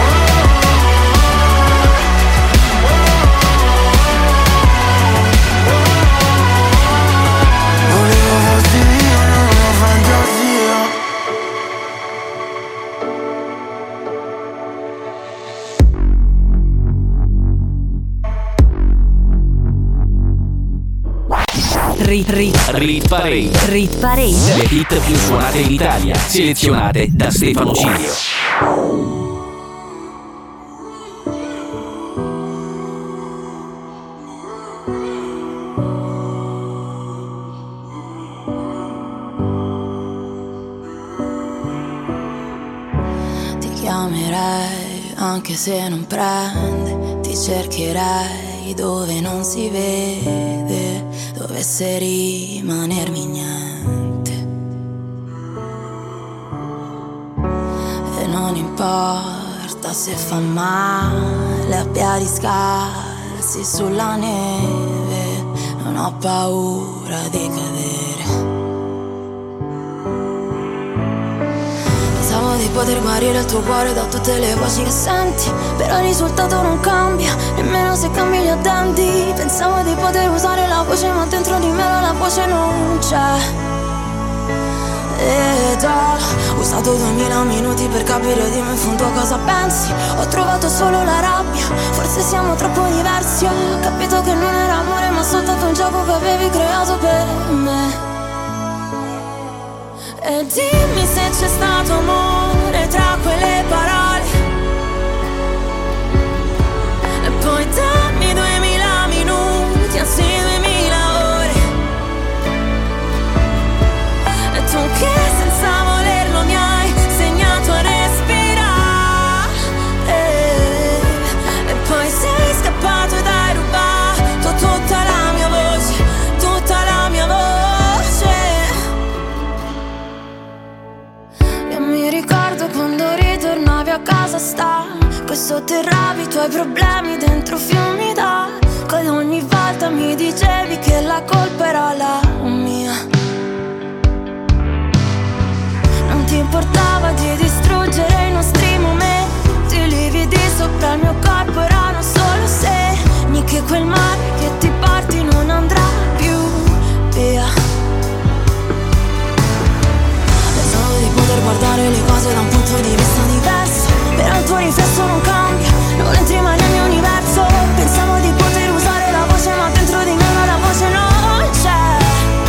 Volevo fossi mia, una luna fantasia. Rit Rit Rit Parade. Rit Parade. Le hit più suonate in Italia, selezionate da Stefano Cilio. Ti chiamerei anche se non prende, ti cercherei dove non si vede, dovesse rimanermi niente. E non importa se fa male a piedi scalzi sulla neve, non ho paura di cadere. Pensavo di poter guarire il tuo cuore da tutte le voci che senti, però il risultato non cambia, nemmeno se cambi gli addenti. Pensavo di poter usare la voce, ma dentro di me la voce non c'è. Ed ho usato duemila minuti per capire di me in fondo cosa pensi. Ho trovato solo la rabbia, forse siamo troppo diversi. Ho capito che non era amore, ma soltanto un gioco che avevi creato per me. E dimmi se c'è stato amore tra quelle parole, e poi dammi duemila minuti, anzi duemila ore. E tu che senza volerlo mi hai segnato a respirare, e poi sei scappato ed hai rubato tutta la mia voce, tutta la mia voce. Mi ricordo quando ritornavi a casa stanco e sotterravi i tuoi problemi dentro fiumi d'acqua, e ogni volta mi dicevi che la colpa era la mia. Non ti importava di distruggere i nostri momenti, i lividi sopra il mio corpo erano solo segni che quel mare che ti porti non andrà più via. Di poter guardare le cose da un punto di vista diverso, però il tuo riflesso non cambia, non entri mai nel mio universo. Pensavo di poter usare la voce, ma dentro di me la voce non c'è.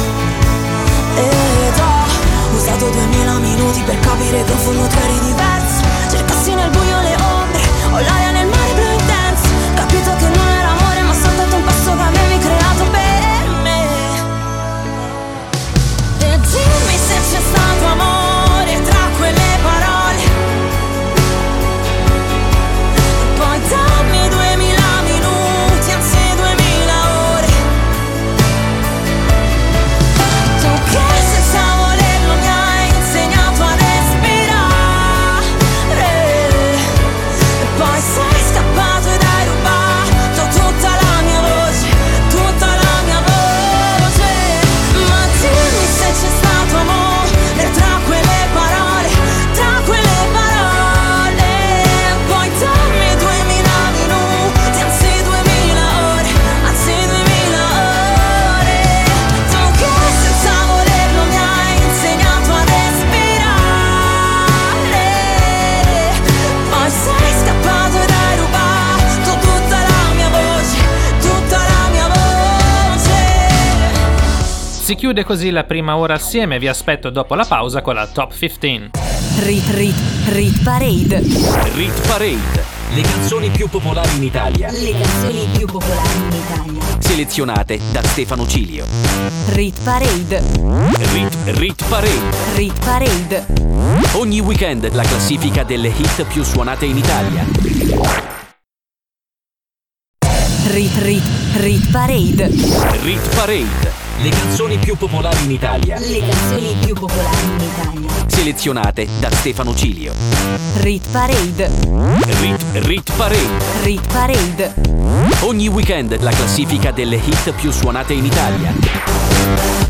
Ed ho usato duemila minuti per capire che in fondo tu eri diverso. Cercassi nel buio le ombre, o l'aria nel mare blu intenso. Capito che non era amore, ma soltanto Si chiude così la prima ora assieme, vi aspetto dopo la pausa con la Top quindici. Rit Rit Rit Parade. Rit Parade. Le canzoni più popolari in Italia. Le canzoni più popolari in Italia. Selezionate da Stefano Cilio. Rit Parade. Rit Rit Parade. Rit Parade. Ogni weekend la classifica delle hit più suonate in Italia. Rit Rit Rit Parade. Rit Parade. Le canzoni più popolari in Italia. Le canzoni più popolari in Italia. Selezionate da Stefano Cilio. Rit Parade. Rit Rit Parade. Rit Parade. Ogni weekend la classifica delle hit più suonate in Italia.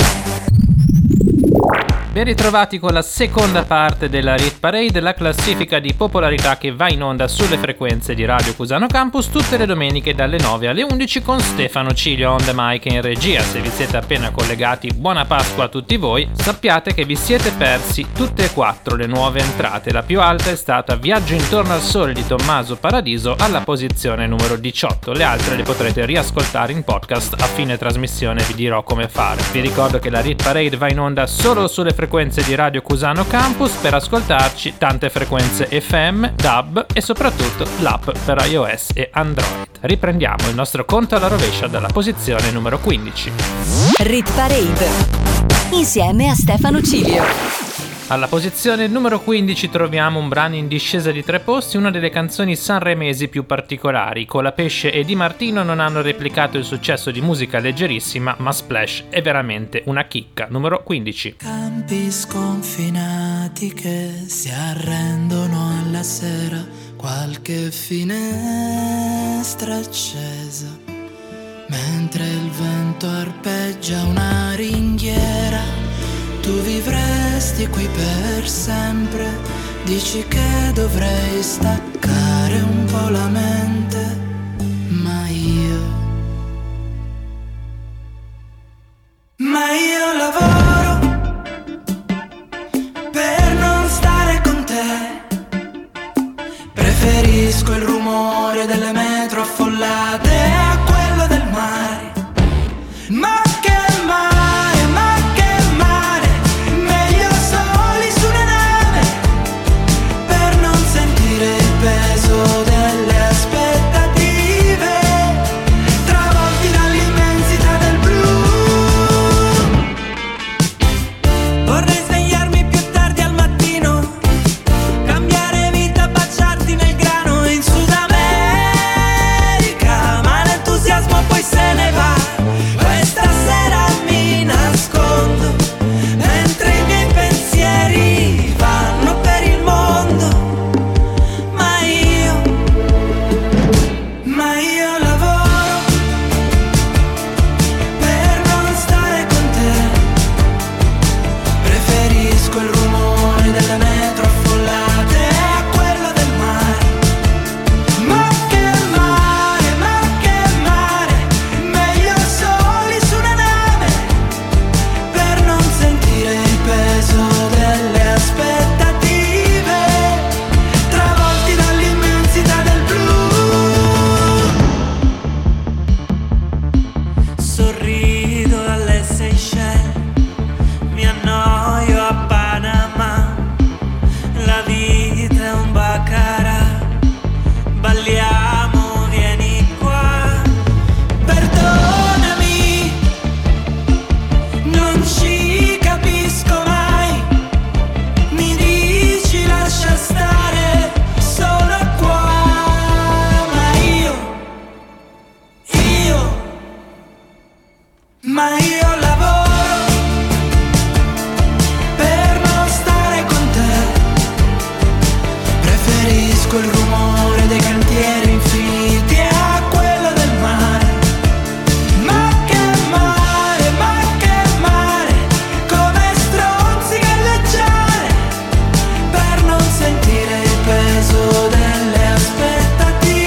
Ben ritrovati con la seconda parte della Rit Parade, la classifica di popolarità che va in onda sulle frequenze di Radio Cusano Campus tutte le domeniche dalle nove alle undici con Stefano Cilio on the mic e in regia. Se vi siete appena collegati, buona Pasqua a tutti voi. Sappiate che vi siete persi tutte e quattro le nuove entrate. La più alta è stata Viaggio intorno al sole di Tommaso Paradiso alla posizione numero diciotto. Le altre le potrete riascoltare in podcast a fine trasmissione, vi dirò come fare. Vi ricordo che la Rit Parade va in onda solo sulle frequenze frequenze di Radio Cusano Campus. Per ascoltarci tante frequenze F M, D A B e soprattutto l'app per iOS e Android. Riprendiamo il nostro conto alla rovescia dalla posizione numero quindici. Rit Parade insieme a Stefano Cilio. Alla posizione numero quindici troviamo un brano in discesa di tre posti, una delle canzoni sanremesi più particolari. Colapesce e Di Martino non hanno replicato il successo di Musica Leggerissima, ma Splash è veramente una chicca. Numero quindici. Campi sconfinati che si arrendono alla sera, qualche finestra accesa, mentre il vento arpeggia una ringhiera. Tu vivresti qui per sempre, dici che dovrei staccare un po' la mente, ma io, ma io lavoro per non stare con te, preferisco il rumore delle metro affollate a quello del mare, ma che mare. Delle aspettative, travolti dall'immensità del blu. Vorrei svegliarmi più tardi al mattino, cambiare vita, baciarti nel grano in Sud America, ma l'entusiasmo poi se ne va. Questa sera mi nascondo, mentre i miei pensieri vanno per il mondo.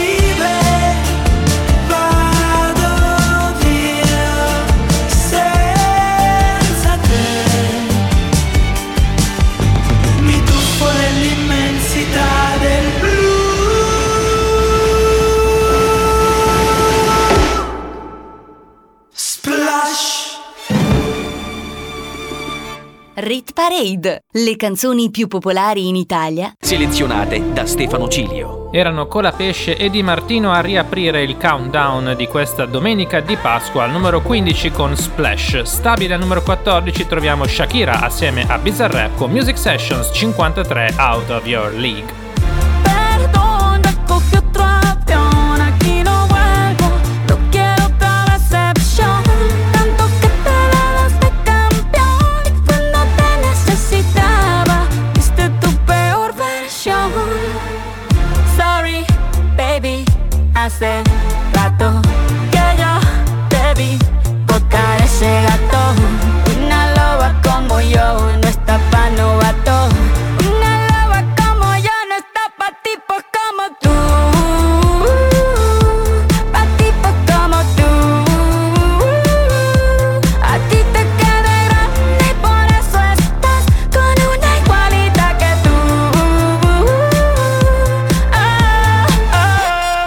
Say Rit Parade, le canzoni più popolari in Italia, selezionate da Stefano Cilio. Erano Colapesce e Di Martino a riaprire il countdown di questa domenica di Pasqua al numero quindici con Splash. Stabile al numero quattordici troviamo Shakira assieme a Bizarrap con Music Sessions cinquantatré Out of Your League. Perdón, ya cogí otro avión, aquí no vuelvo, no quiero otra decepción. Tanto que te dabas de campeón y cuando te necesitaba, viste tu peor versión. Sorry, baby, hace rato que yo te vi botar ese gato. Una loba como yo no está pa' novato. Una loba como yo no está pa' tipos como tú. Pa' tipos como tú. A ti te queda grande y por eso estás con una igualita que tú. Ah, ah.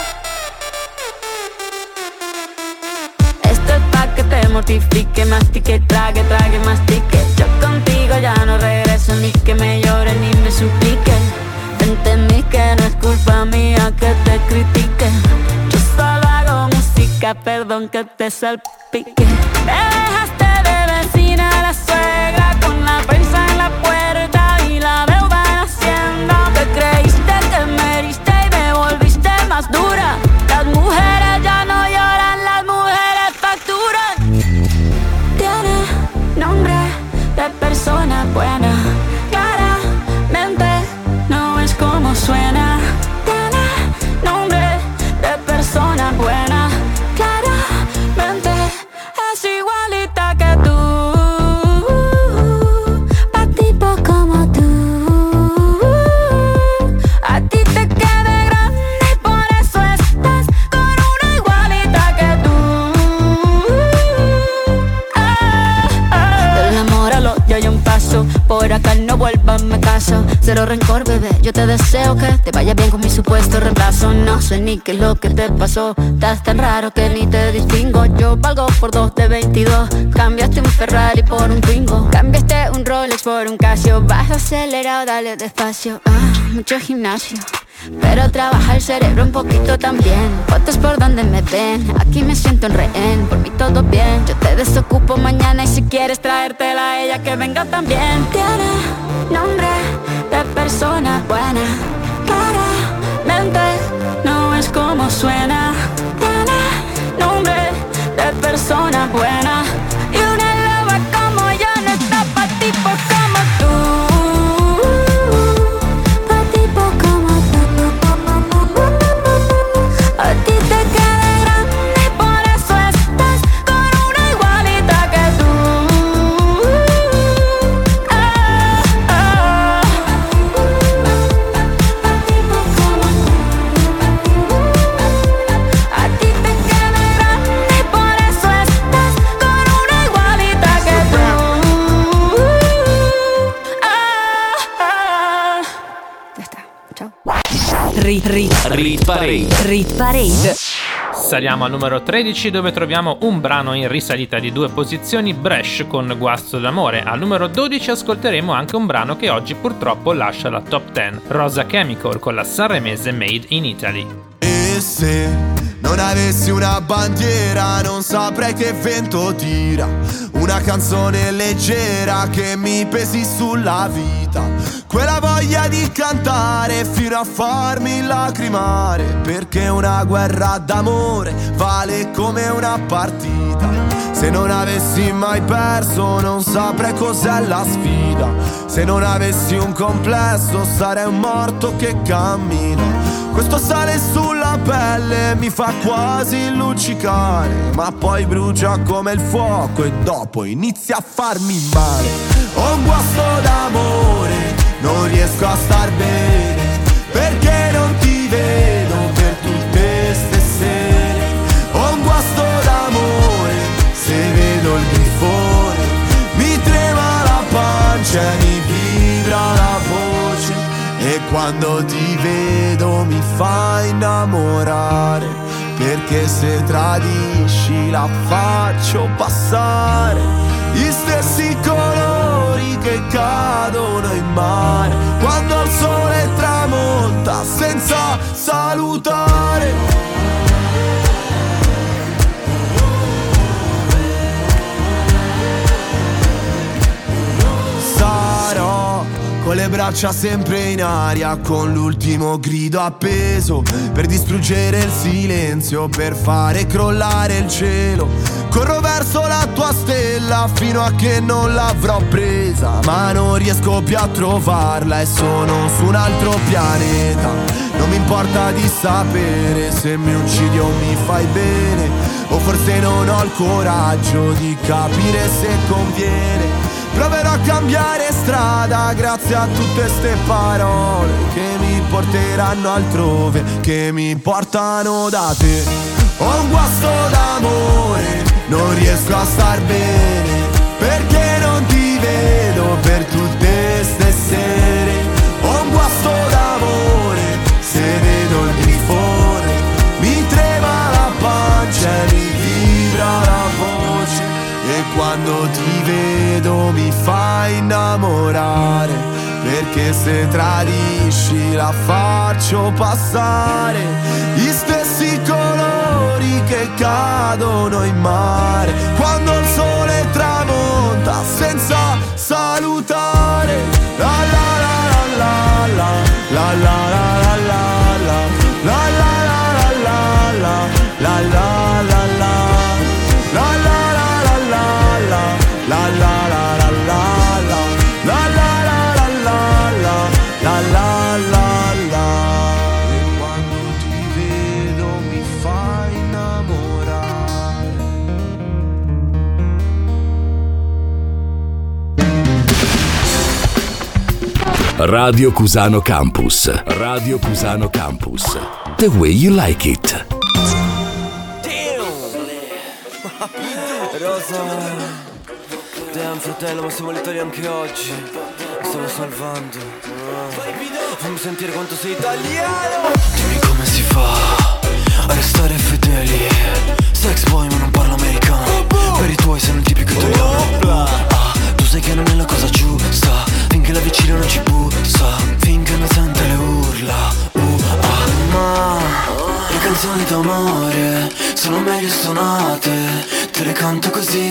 Esto es pa' que te mortifique, mastique, trague, trague, mastique. Yo contigo ya no regreso, ni que me llore ni me suplique. Entendí que no es culpa mía que te critique. Yo solo hago música, perdón que te salpique. Te dejaste de vecina a la suegra con la prensa en la puerta y la deuda en Hacienda. Te creíste que me heriste y me volviste más dura. Las mujeres ya no lloran, las mujeres facturan. Tiene nombre de persona buena, claramente no es como suena. Tiene nombre de persona buena, claramente es igualita que tú. Pa' tipo como tú. A ti te queda grande y por eso estás con una igualita que tú. Ah, ah. Del amor al odio hay un paso, por acá no vuelvas, me caso. Cero rencor, bebé, yo te deseo que te vaya bien con mi supuesto reemplazo. No sé ni qué es lo que te pasó, estás tan raro que ni te distingo. Yo valgo por dos de veintidós, cambiaste un Ferrari por un Twingo. Cambiaste un Rolex por un Casio, vas acelerado, dale despacio. Ah, mucho gimnasio, pero trabaja el cerebro un poquito también. Fotos por donde me ven, aquí me siento en rehén. Por mí todo bien, yo te desocupo mañana y si quieres traértela a ella que venga también. Tiene nombre de persona buena, claramente no es como suena. Tiene nombre de persona buena y una loba como yo no está pa' tipos como tú. A ti te queda grande y por eso estás con una igualita que tú. Ah, ah. A ti te queda grande y por eso estás con una igualita que tú. Ah, ah. Ya está, ciao. Rit, rit, Rit Parade. Rit Parade. Saliamo al numero tredici dove troviamo un brano in risalita di due posizioni, Bresh con Guasto d'amore. Al numero dodici ascolteremo anche un brano che oggi purtroppo lascia la top dieci, Rosa Chemical con la sanremese Made in Italy. E se non avessi una bandiera non saprei che vento tira. Una canzone leggera che mi pesi sulla vita. Quella voglia di cantare fino a farmi lacrimare. Perché una guerra d'amore vale come una partita. Se non avessi mai perso non saprei cos'è la sfida. Se non avessi un complesso sarei un morto che cammina. Questo sale sulla pelle mi fa quasi luccicare, ma poi brucia come il fuoco e dopo inizia a farmi male. Ho un guasto d'amore, non riesco a star bene, perché non ti vedo per tutte ste sere. Ho un guasto d'amore, se vedo il grifone mi trema la pancia e mi vibra la voce. E quando ti vedo mi fai innamorare, perché se tradisci la faccio passare. Gli stessi colori che senza salutare. Sarò con le braccia sempre in aria, con l'ultimo grido appeso, per distruggere il silenzio, per fare crollare il cielo. Corro verso la tua stella fino a che non l'avrò presa, ma non riesco più a trovarla e sono su un altro pianeta. Non mi importa di sapere se mi uccidi o mi fai bene, o forse non ho il coraggio di capire se conviene. Proverò a cambiare strada grazie a tutte ste parole che mi porteranno altrove, che mi portano da te. Ho un guasto d'amore, non riesco a star bene, perché non ti vedo per tutte ste sere. Ho un guasto d'amore, se vedo il grifone mi trema la pancia e mi vibra la voce. E quando ti vedo mi fai innamorare, perché se tradisci la faccio passare. Gli stessi colori che cadono in mare quando il sole tramonta senza salutare. La la la la la la la la la la la la la la la la la la. La la la la la la la la la la la la la la. E quando ti vedo mi fai innamorare. Radio Cusano Campus. Radio Cusano Campus. The way you like it. Rosa. Damn fratello, ma siamo all'Italia anche oggi. Mi stiamo salvando. ah. Fammi sentire quanto sei italiano. Dimmi come si fa a restare fedeli. Sex boy ma non parlo americano. Per i tuoi sei un tipico italiano. ah, Tu sai che non è la cosa giusta, finché la vicina non ci bussa, finché non sente le urla. uh, ah, Ma le canzoni d'amore sono meglio suonate, te le canto così.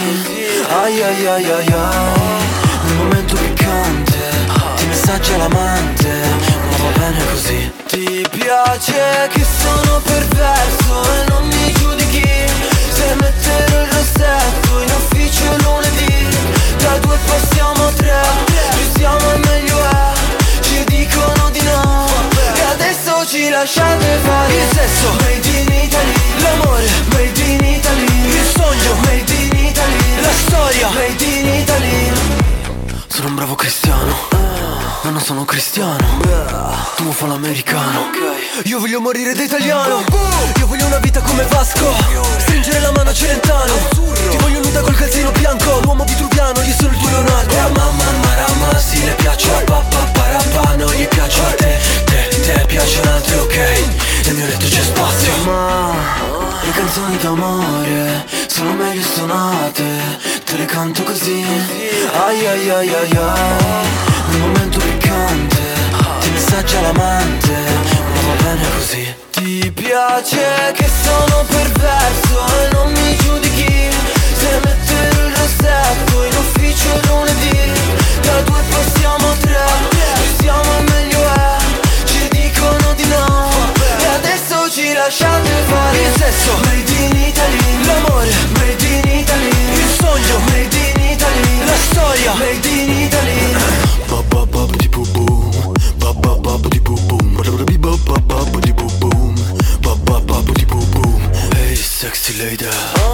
Ai ai ai ai ai. Nel momento piccante ti messaggia l'amante, ma va bene così. Ti piace che sono perverso e non mi giudichi se metterò il rossetto in ufficio lunedì. Da due passiamo a tre, più siamo e meglio è. Ci dicono di no e adesso ci lasciate fare. Il sesso made in Italy, l'amore made in Italy, il sogno made in Italy, la storia made in Italy. Sono un bravo cristiano, ma non sono cristiano. Tu fa l'americano, io voglio morire da italiano. Io voglio una vita come Vasco, stringere la mano a Celentano. Ti voglio nuda col calzino bianco, l'uomo vitruviano, io sono il tuo Leonardo. La mamma marama, sì le piaccio a papà parapà, non gli piaccio a te, te, te piacciono altri, ok, nel mio letto c'è spazio. Ma le canzoni d'amore sono meglio suonate, te le canto così. Ai ai ai ai ai. Nel momento piccante ti messaggia l'amante, ma va bene così. Ti piace che sono perverso e non mi giudichi se metterò il rossetto in ufficio lunedì. Da due passiamo a tre, più siamo e meglio è. Ci dicono di no e adesso ci lasciate fare. Il sesso made in Italy, l'amore made in Italy, il sogno made in Italy, la storia made in Italy. Ba ba ba di boom boom, ba ba ba di boom boom, ba ba ba di boom boom, ba ba ba di boom boom. Hey sexy lady,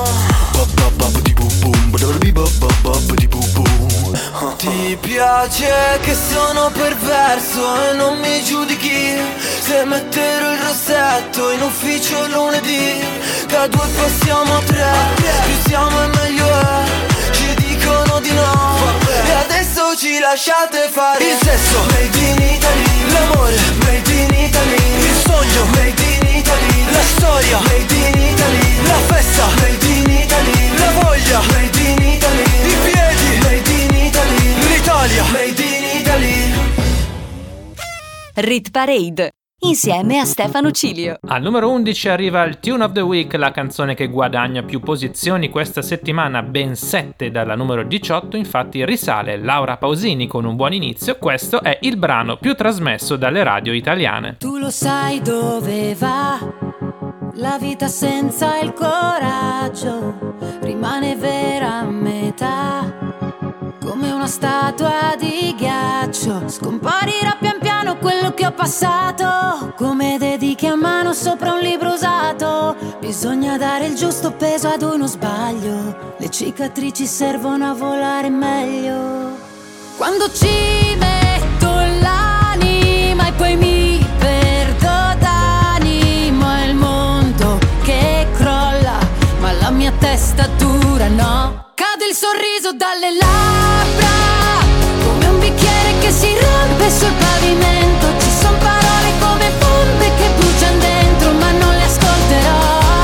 ba ba ba di boom boom, ba ba ba di boom boom. Ti piace che sono perverso e non mi giudichi se metterò il rossetto in ufficio lunedì. Da due passiamo a tre, più siamo e meglio è. Ci dicono di no e adesso ci lasciate fare. Il sesso made in Italy, l'amore made in Italy, il sogno made in Italy, la storia made in Italy, la festa made in Italy, la voglia made in Italy, i piedi made in Italy, l'Italia made in Italy. Rit Parade insieme a Stefano Cilio. Al numero undici arriva il Tune of the Week, la canzone che guadagna più posizioni questa settimana, ben sette dalla numero diciotto, infatti risale Laura Pausini con Un buon inizio. Questo è il brano più trasmesso dalle radio italiane. Tu lo sai dove va la vita senza il coraggio, rimane vera a metà, come una statua di ghiaccio. Scomparirà pian piano quello che ho passato, come dedichi a mano sopra un libro usato. Bisogna dare il giusto peso ad uno sbaglio, le cicatrici servono a volare meglio. Quando ci metto l'anima e poi mi perdo d'animo, è il mondo che crolla, ma la mia testa dura no. Cade il sorriso dalle labbra, come un bicchiere che si rompe sul pavimento. Ci son parole come bombe che bruciano dentro, ma non le ascolterò.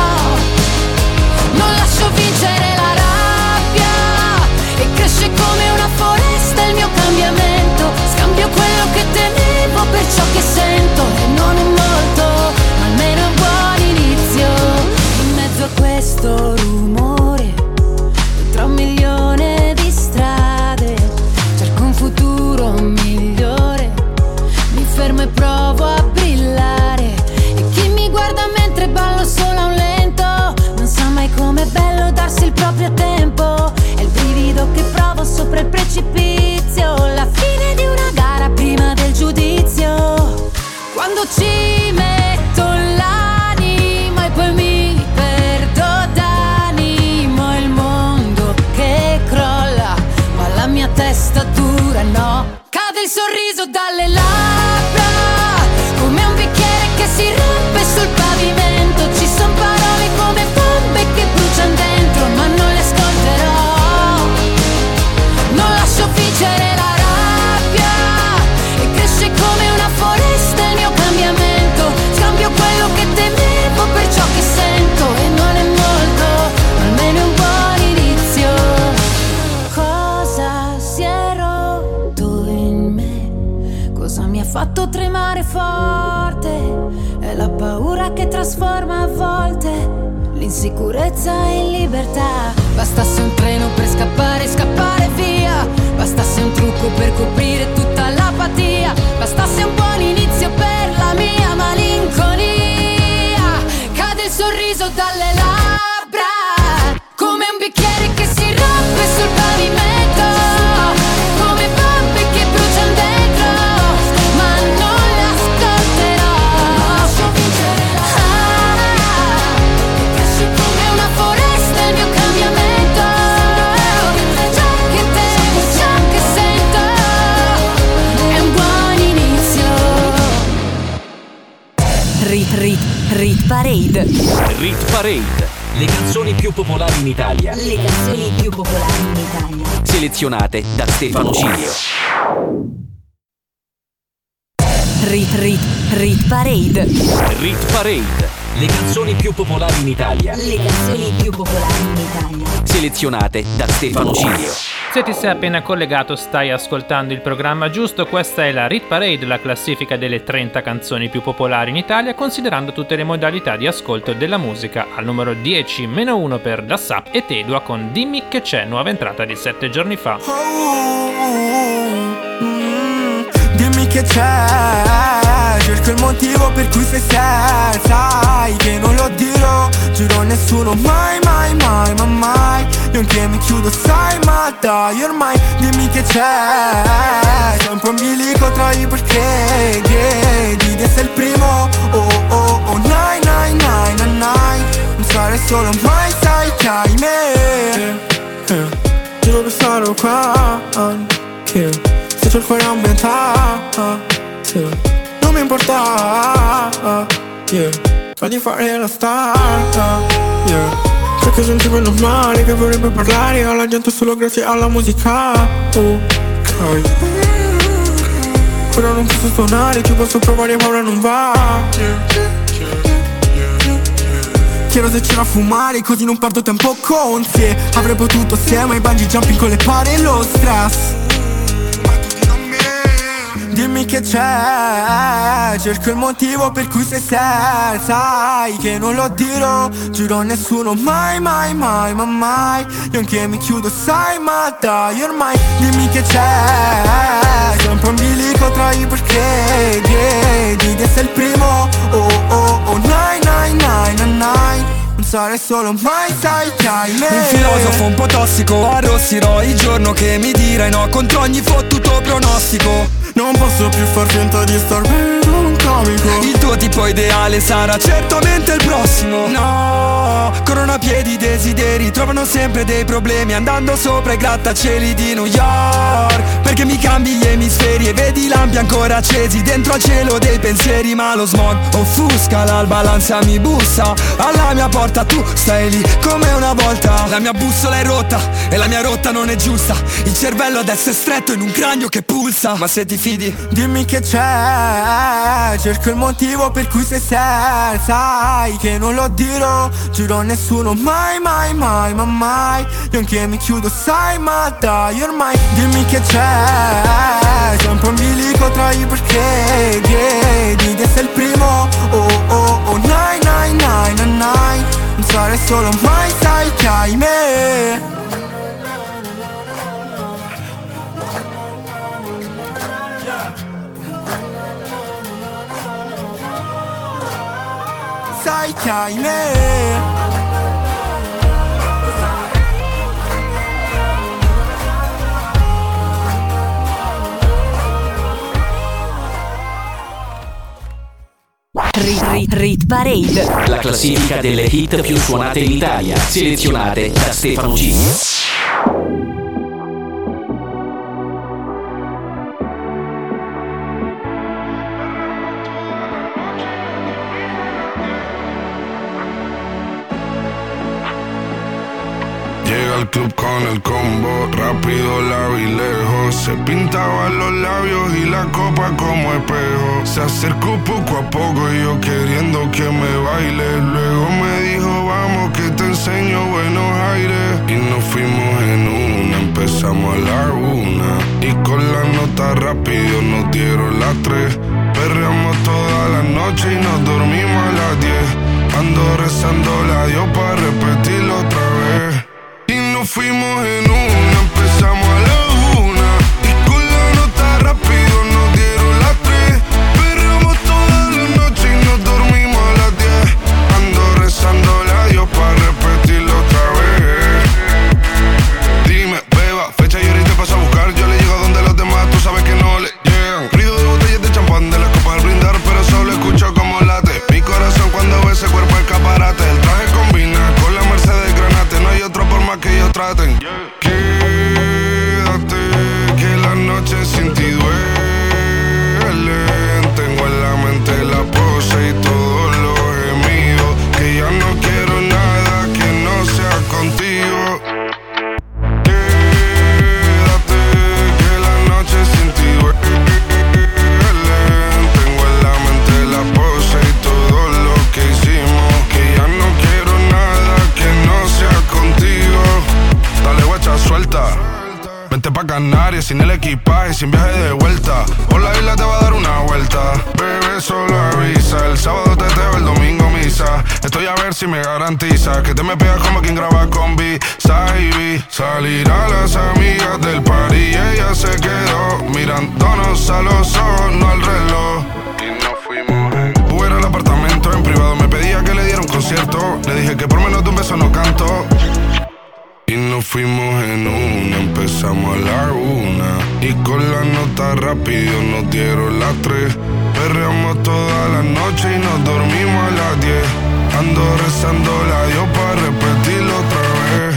Non lascio vincere la rabbia, e cresce come una foresta il mio cambiamento. Scambio quello che temevo per ciò che sento, e non è molto, ma almeno è un buon inizio. In mezzo a questo rumore, tra un milione di strade, cerco un futuro migliore. Mi fermo e provo a brillare, e chi mi guarda mentre ballo solo a un lento non sa mai com'è bello darsi il proprio tempo. È il brivido che provo sopra il precipizio, la fine di una gara prima del giudizio. Quando ci metto l'anima e poi mi perdo d'animo, è il mondo che crolla, ma la mia testa dura no. Cade il sorriso dalle labbra, come un bicchiere che si rompe sul pavimento. Ci son parole come bombe che bruciano dentro, ma non le ascolterò. Non lascio vincere la rabbia, e cresce come una foresta il mio cambiamento. Scambio quello che temevo per ciò che sento, e non è molto, ma almeno è un buon inizio. Cosa si è rotto in me? Cosa mi ha fatto tremare forte? È la paura che trasforma a volte l'insicurezza in libertà. Bastasse un treno per scappare, scappare via. Bastasse un trucco per coprire tutta l'apatia. Bastasse un buon inizio per la mia malinconia. Cade il sorriso dalle labbra, come un bicchiere che si rompe sul pavimento, come bombe che bruciano dentro, ma non le ascolterò. Ah, che cresce come una foresta il mio cambiamento. Ciò che temo, ciò che sento, è un buon inizio. Rit Rit Rit Parade. Rit Parade. Le canzoni più popolari in Italia. Le canzoni più popolari in Italia. Selezionate da Stefano Cilio. Rit Rit Rit Parade. Rit Parade. Le canzoni più popolari in Italia. Le canzoni più popolari in Italia. Selezionate da Stefano Cilio. Se ti sei appena collegato, stai ascoltando il programma giusto. Questa è la Rit Parade, la classifica delle trenta canzoni più popolari in Italia, considerando tutte le modalità di ascolto della musica. Al numero dieci, meno uno per Da Sap e Tedua con Dimmi che c'è, nuova entrata di sette giorni fa. Oh, mm, dimmi che c'è, cerco il motivo per cui sei sei. Sai che non lo dirò, giuro a nessuno, mai, mai, mai, ma mai. Io anche mi chiudo, sai, ma dai, ormai dimmi che c'è. Sempre un bilico tra i perché, che di te sei il primo. Oh, oh, oh, nine, nine, nine, nine, nine. Non sarei solo, mai sai che hai me. eh, Giuro per stare qua, che se c'ho il cuore a metà, sì. Non mi importa, yeah. Fagli fare la star, yeah. Perché sono un tipo normale che vorrebbe parlare alla gente solo grazie alla musica. Ok, ora non posso suonare, ci posso provare ma ora non va. Chiedo se c'era a fumare così non perdo tempo con te. Avrei potuto assieme ai bungee jumping con le pare e lo stress. dimmi che c'è. Cerco il motivo per cui sei sad. Sai che non lo dirò, giuro a nessuno mai, mai, mai, ma mai. Io anche mi chiudo, sai, ma dai ormai. Dimmi che c'è, sempre un bilico tra i perché. Di che sei il primo, oh, oh, oh, nine, nine, nine, nine. Non sarei solo mai, sai che hai me. Un filosofo un po' tossico, arrossirò il giorno che mi dirai no contro ogni fottuto pronostico. Non posso più far finta di star bene un comico. Il tuo tipo ideale sarà certamente il prossimo. No, corrono a piedi desideri, trovano sempre dei problemi andando sopra i grattacieli di New York. Perché mi cambi gli emisferi e vedi lampi ancora accesi dentro al cielo dei pensieri. Ma lo smog offusca l'alba, l'ansia mi bussa alla mia porta, tu stai lì come una volta. La mia bussola è rotta e la mia rotta non è giusta. Il cervello adesso è stretto in un cranio che pulsa. Ma se ti fidi, dimmi che c'è. Cerco il motivo per cui sei sad. Sai che non lo dirò, giuro a nessuno mai, mai, mai, ma mai. Io anche mi chiudo, sai, ma dai ormai. Dimmi che c'è, sempre un bilico tra i perché. Di che sei il primo, oh, oh, oh, nine, nine, nine, nine. Non sarei solo mai, sai che hai me. Sai che hai me. Rit, rit, rit Parade, la classifica delle hit più suonate in Italia, selezionate da Stefano G. Llega al club con el combo, rápido la vi lejos. Se pintaba los labios y la copa como espejo. Se acercó poco a poco y yo queriendo que me baile. Luego me dijo vamos que te enseño buenos aires. Y nos fuimos en una, empezamos a la una. Y con la nota rápido nos dieron las tres. Perreamos toda la noche y nos dormimos a las diez. Ando rezando la Dios para repetirlo otra vez. Y nos fuimos en una, empezamos a la una. Y con la nota rápido nos dieron las tres. Perreamos toda la noche y nos dormimos a las diez. Ando rezando a Dios para repetirlo otra vez. Dime, beba, fecha y ahorita paso a buscar. Yo le llego donde los demás, tú sabes que no le llegan. Ruido de botellas de champán, de las copas al brindar, pero solo escucho como late mi corazón cuando ve ese cuerpo escaparate. El traje combina con la Mercedes Granate. No hay otro por más que ellos traten. Quédate, que la noche sin ti duele. Tengo en la mente la pose y todos los gemidos. Que ya no quiero nada que no sea contigo. Quédate, que la noche sin ti duele. Tengo en la mente la pose y todo lo que hicimos. Que ya no quiero nada que no sea contigo. Dale guacha, suelta. Vente pa' Canarias sin el equipaje, sin viaje de vuelta. Por la isla te va a dar una vuelta. Bebé, solo avisa. El sábado teteo, el domingo misa. Estoy a ver si me garantiza que te me pegas como quien graba con B-Side. Salir a las amigas del party y ella se quedó mirándonos a los ojos, no al reloj. Y nos fuimos en Uber al apartamento en privado. Me pedía que le diera un concierto. Le dije que por menos de un beso no canto. Y nos fuimos en una, empezamos a la una. Y con la nota rápido nos dieron las tres. Perreamos toda la noche y nos dormimos a las diez. Ando rezando la Dios para repetirlo otra vez.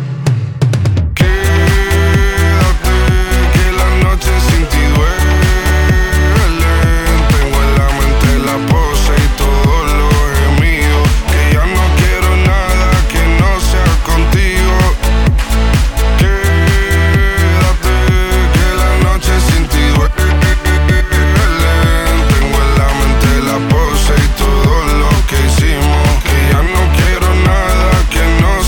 Quédate, que la noche sin ti duele. Tengo en la mente la pose y todos los gemidos. Que ya no quiero nada que no sea contigo. Quédate, que la noche sin ti duele. Tengo en la mente la pose y todo lo que hicimos. Que ya no quiero nada que no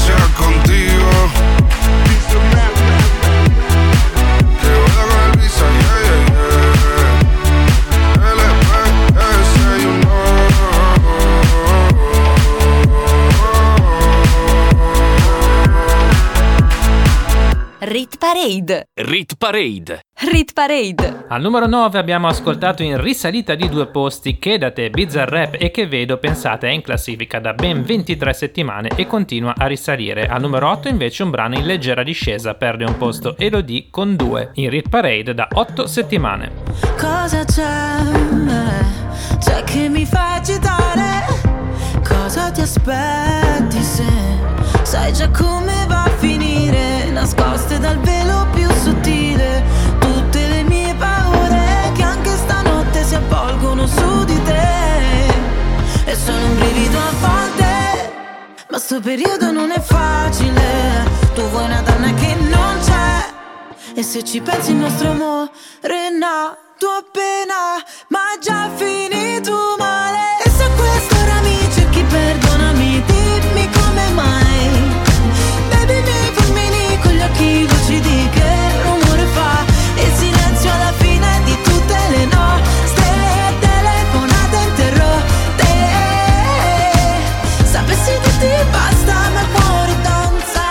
Parade. Rit Parade. Rit Parade. Al numero nove abbiamo ascoltato in risalita di due posti Che da te, Bizarrap e Che vedo, pensate, è in classifica da ben ventitré settimane e continua a risalire. Al numero otto invece un brano in leggera discesa, perde un posto Elodie con Due, in Rit Parade da otto settimane. Cosa c'è? C'è che mi fa agitare? Cosa ti aspetti se sai già come va a finire? Nascoste dal velo più sottile tutte le mie paure che anche stanotte si avvolgono su di te. E sono un brivido a volte, ma sto periodo non è facile. Tu vuoi una donna che non c'è, e se ci pensi il nostro amore è nato appena, ma già finito male. E se questo ora mi cerchi, perdonami, dimmi come mai. Baby, i miei fulmini con gli occhi lucidi, che rumore fa il silenzio alla fine di tutte le nostre telefonate interrotte. Sapessi che ti basta, ma il cuore danza.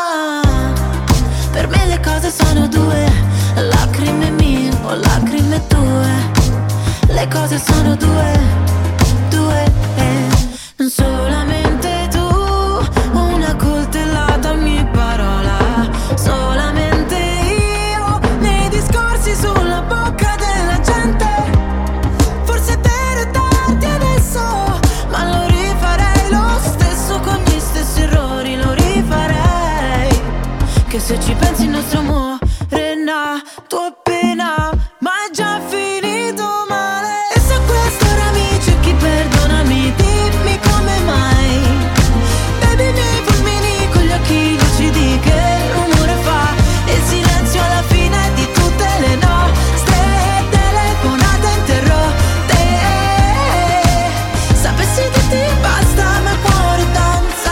Per me le cose sono due, lacrime mie o lacrime tue. Le cose sono due, due, eh. Solamente tu, una coltellata ogni parola. Solamente io, nei discorsi sulla bocca della gente. Forse per darti adesso, ma lo rifarei lo stesso con gli stessi errori, lo rifarei. Che se ci pensi il nostro amore è nato appena, ma è già finito male. E se a quest'ora mi cerchi, perdonami, dimmi come mai. Baby, i miei fulmini con gli occhi lucidi, che rumore fa il silenzio alla fine di tutte le nostre telefonate interrotte. Sapessi che ti basta, ma il cuore danza.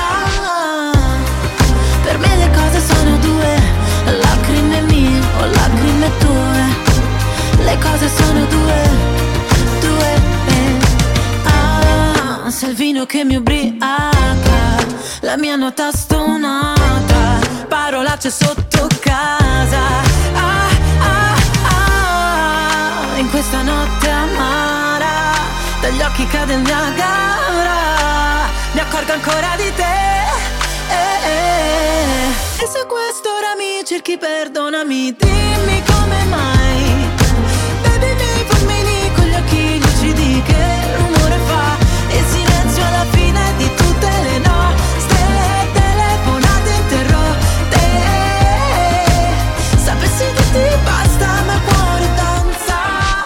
Per me le cose sono due, lacrime mie o lacrime tue. Le cose sono due, due, eh. Ah, se il vino che mi ubriaca, la mia nota stonata, parolacce sotto casa. Ah, ah, ah, in questa notte amara, dagli occhi cade il Niagara, mi accorgo ancora di te. Eh, eh. E se quest'ora mi cerchi, perdonami, dimmi come mai. Baby, i miei fulmini con gli occhi lucidi, che rumore fa il silenzio alla fine di tutte le nostre telefonate interrotte. Sapessi che ti basta, ma il cuore danza.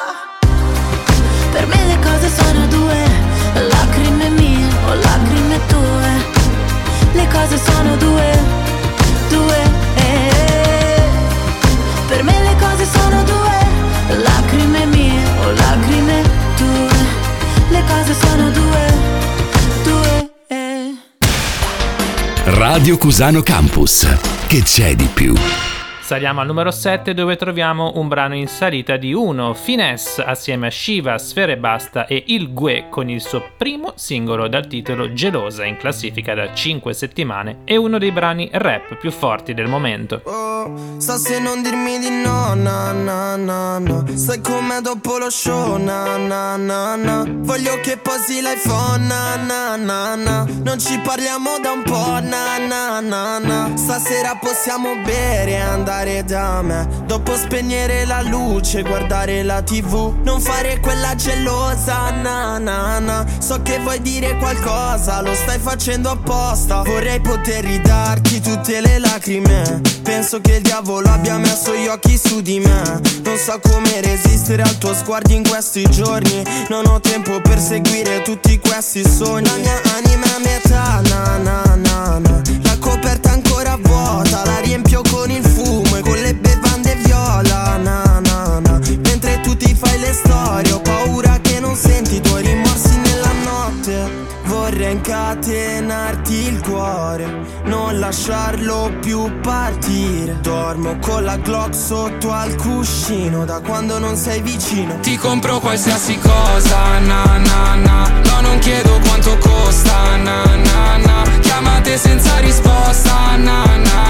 Per me le cose sono due, lacrime mie o lacrime tue. Le cose sono due, due, eh. Per me le cose sono due, lacrime mie o lacrime tue. Le cose sono due, due, eh. Radio Cusano Campus. Che c'è di più? Saliamo al numero sette, dove troviamo un brano in salita di uno, Finesse assieme a Shiva, Sfera Ebbasta e Il Gue con il suo primo singolo dal titolo Gelosa, in classifica da cinque settimane, e uno dei brani rap più forti del momento. Oh, sa se non dirmi di no, na na na na. Sai com'è dopo lo show, na na na na. Voglio che posi l'iPhone, na na na na. Non ci parliamo da un po', na na na na. Stasera possiamo bere e andare da me, dopo spegnere la luce, guardare la tivù, non fare quella gelosa, na na na. So che vuoi dire qualcosa, lo stai facendo apposta. Vorrei poter ridarti tutte le lacrime. Penso che il diavolo abbia messo gli occhi su di me. Non so come resistere al tuo sguardo in questi giorni. Non ho tempo per seguire tutti questi sogni. La mia anima è a metà, na na na na. La coperta ancora vuota, la riempio con il fumo e con le bevande viola, na na na. Mentre tu ti fai le storie, ho paura che non senti i tuoi rimorsi nella notte. Vorrei incatenarti il cuore, non lasciarlo più partire. Dormo con la Glock sotto al cuscino, da quando non sei vicino. Ti compro qualsiasi cosa, na na na. No, non chiedo quanto costa, na na na. Chiamate senza risposta, na na na.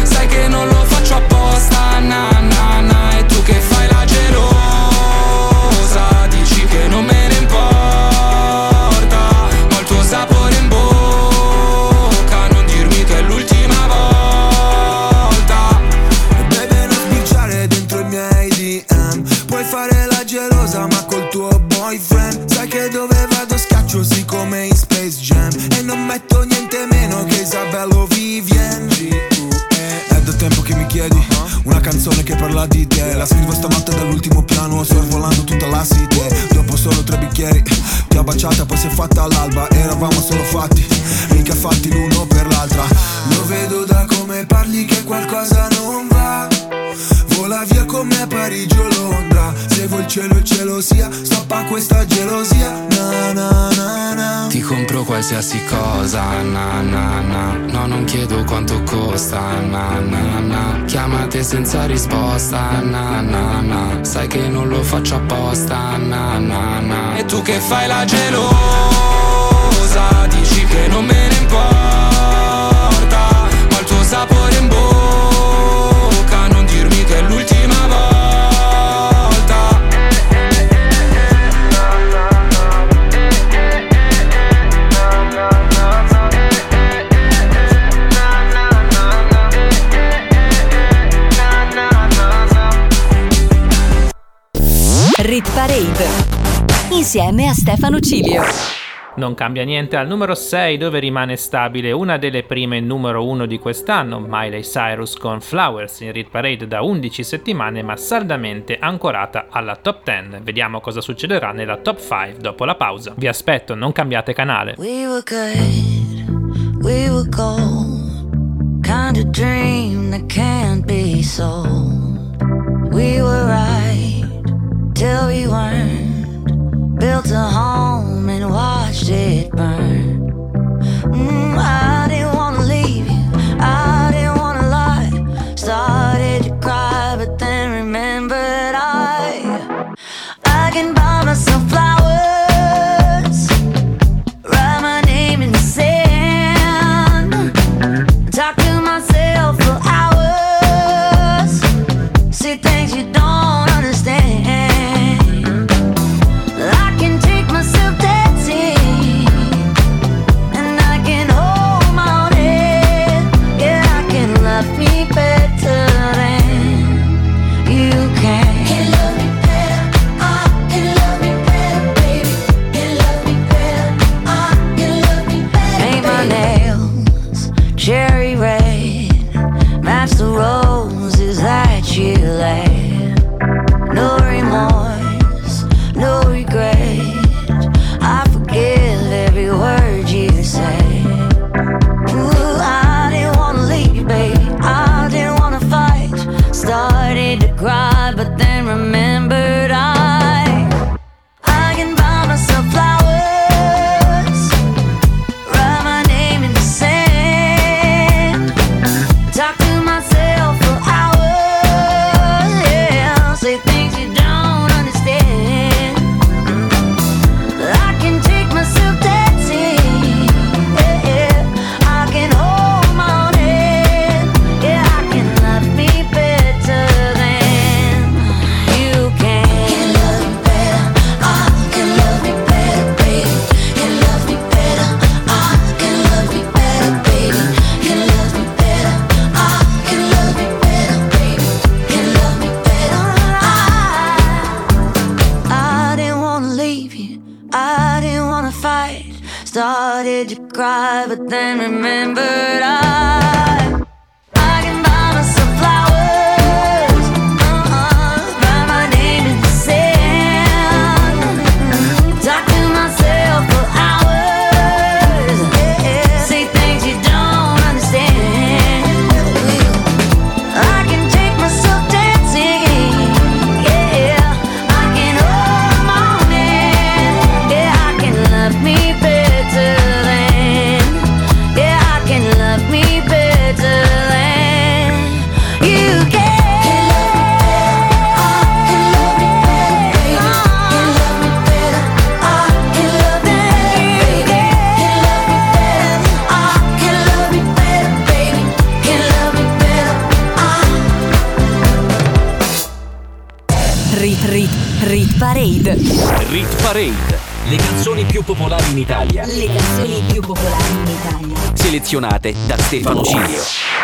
sai che non lo faccio apposta, na na na. E tu che fai la gelosa, dici che non me ne importa, ma il tuo sapore in bocca, non dirmi che è l'ultima volta. Baby, non spicciare dentro i miei D M, puoi fare la gelosa ma col tuo boyfriend. Sai che dove vado schiaccio sì come in Space Jam, e non metto niente meno che Isabella Vivien. È da tempo che mi chiedi una canzone che parla di te, la scrivo stanotte dall'ultimo piano, sorvolando tutta la city. Dopo solo tre bicchieri ti ho baciata, poi si è fatta all'alba, eravamo solo fatti, mica fatti l'uno per l'altra. Lo vedo da come parli che qualcosa non va, vola via come Parigi o Londra. Se vuoi il cielo il cielo sia, stoppa questa gelosia, na na na na. Ti compro qualsiasi cosa, na na na. No, non chiedo quanto costa, na na na. Chiamate senza risposta, na na na. Sai che non lo faccio apposta, na na na. E tu che fai la gelosa, dici che non me ne importa, ma il tuo sapore in bocca, non dirmi che è l'ultima volta. Rit Parade insieme a Stefano Cilio. Non cambia niente al numero sei, dove rimane stabile una delle prime numero uno di quest'anno, Miley Cyrus con Flowers, in Rit Parade da undici settimane, ma saldamente ancorata alla top dieci. Vediamo cosa succederà nella top cinque dopo la pausa. Vi aspetto, non cambiate canale. We were good, we were gold, kind of dream that can't be sold. We were right till we weren't, built a home and watched it burn. Mm, I didn't wanna leave you, I didn't wanna lie. Started to cry, but then remembered I I can buy myself flowers, write my name in the sand, talk to myself for hours, see things you don't understand. The roses that you laid, no remorse, no regret. I forgive every word you say. Ooh, I didn't wanna leave, baby, I didn't wanna fight. Started to cry, but then remembered I I can buy myself flowers, write my name in the sand, talk to myself for hours, yeah, say things you don't understand. I can take myself dancing, yeah, yeah. I can hold my own head, yeah, I can love me better than you can. Can love me better, I can love me better, baby. Can love me better, I can love me better, baby. Can love me better, I can love me better, baby. Can love me better. I, I didn't wanna leave you, I didn't wanna fight. Started to cry, but then remembered I I can buy myself flowers, uh-uh, write my name in the sand, talk to myself for hours, yeah, say things you don't understand. I can take myself dancing, yeah, I can hold my own hand, yeah, I can love me better than, yeah, I can love me better. Rit Rit Rit Parade. Rit Parade. Le canzoni più popolari in Italia. Le canzoni più popolari in Italia. Selezionate da Stefano Cilio.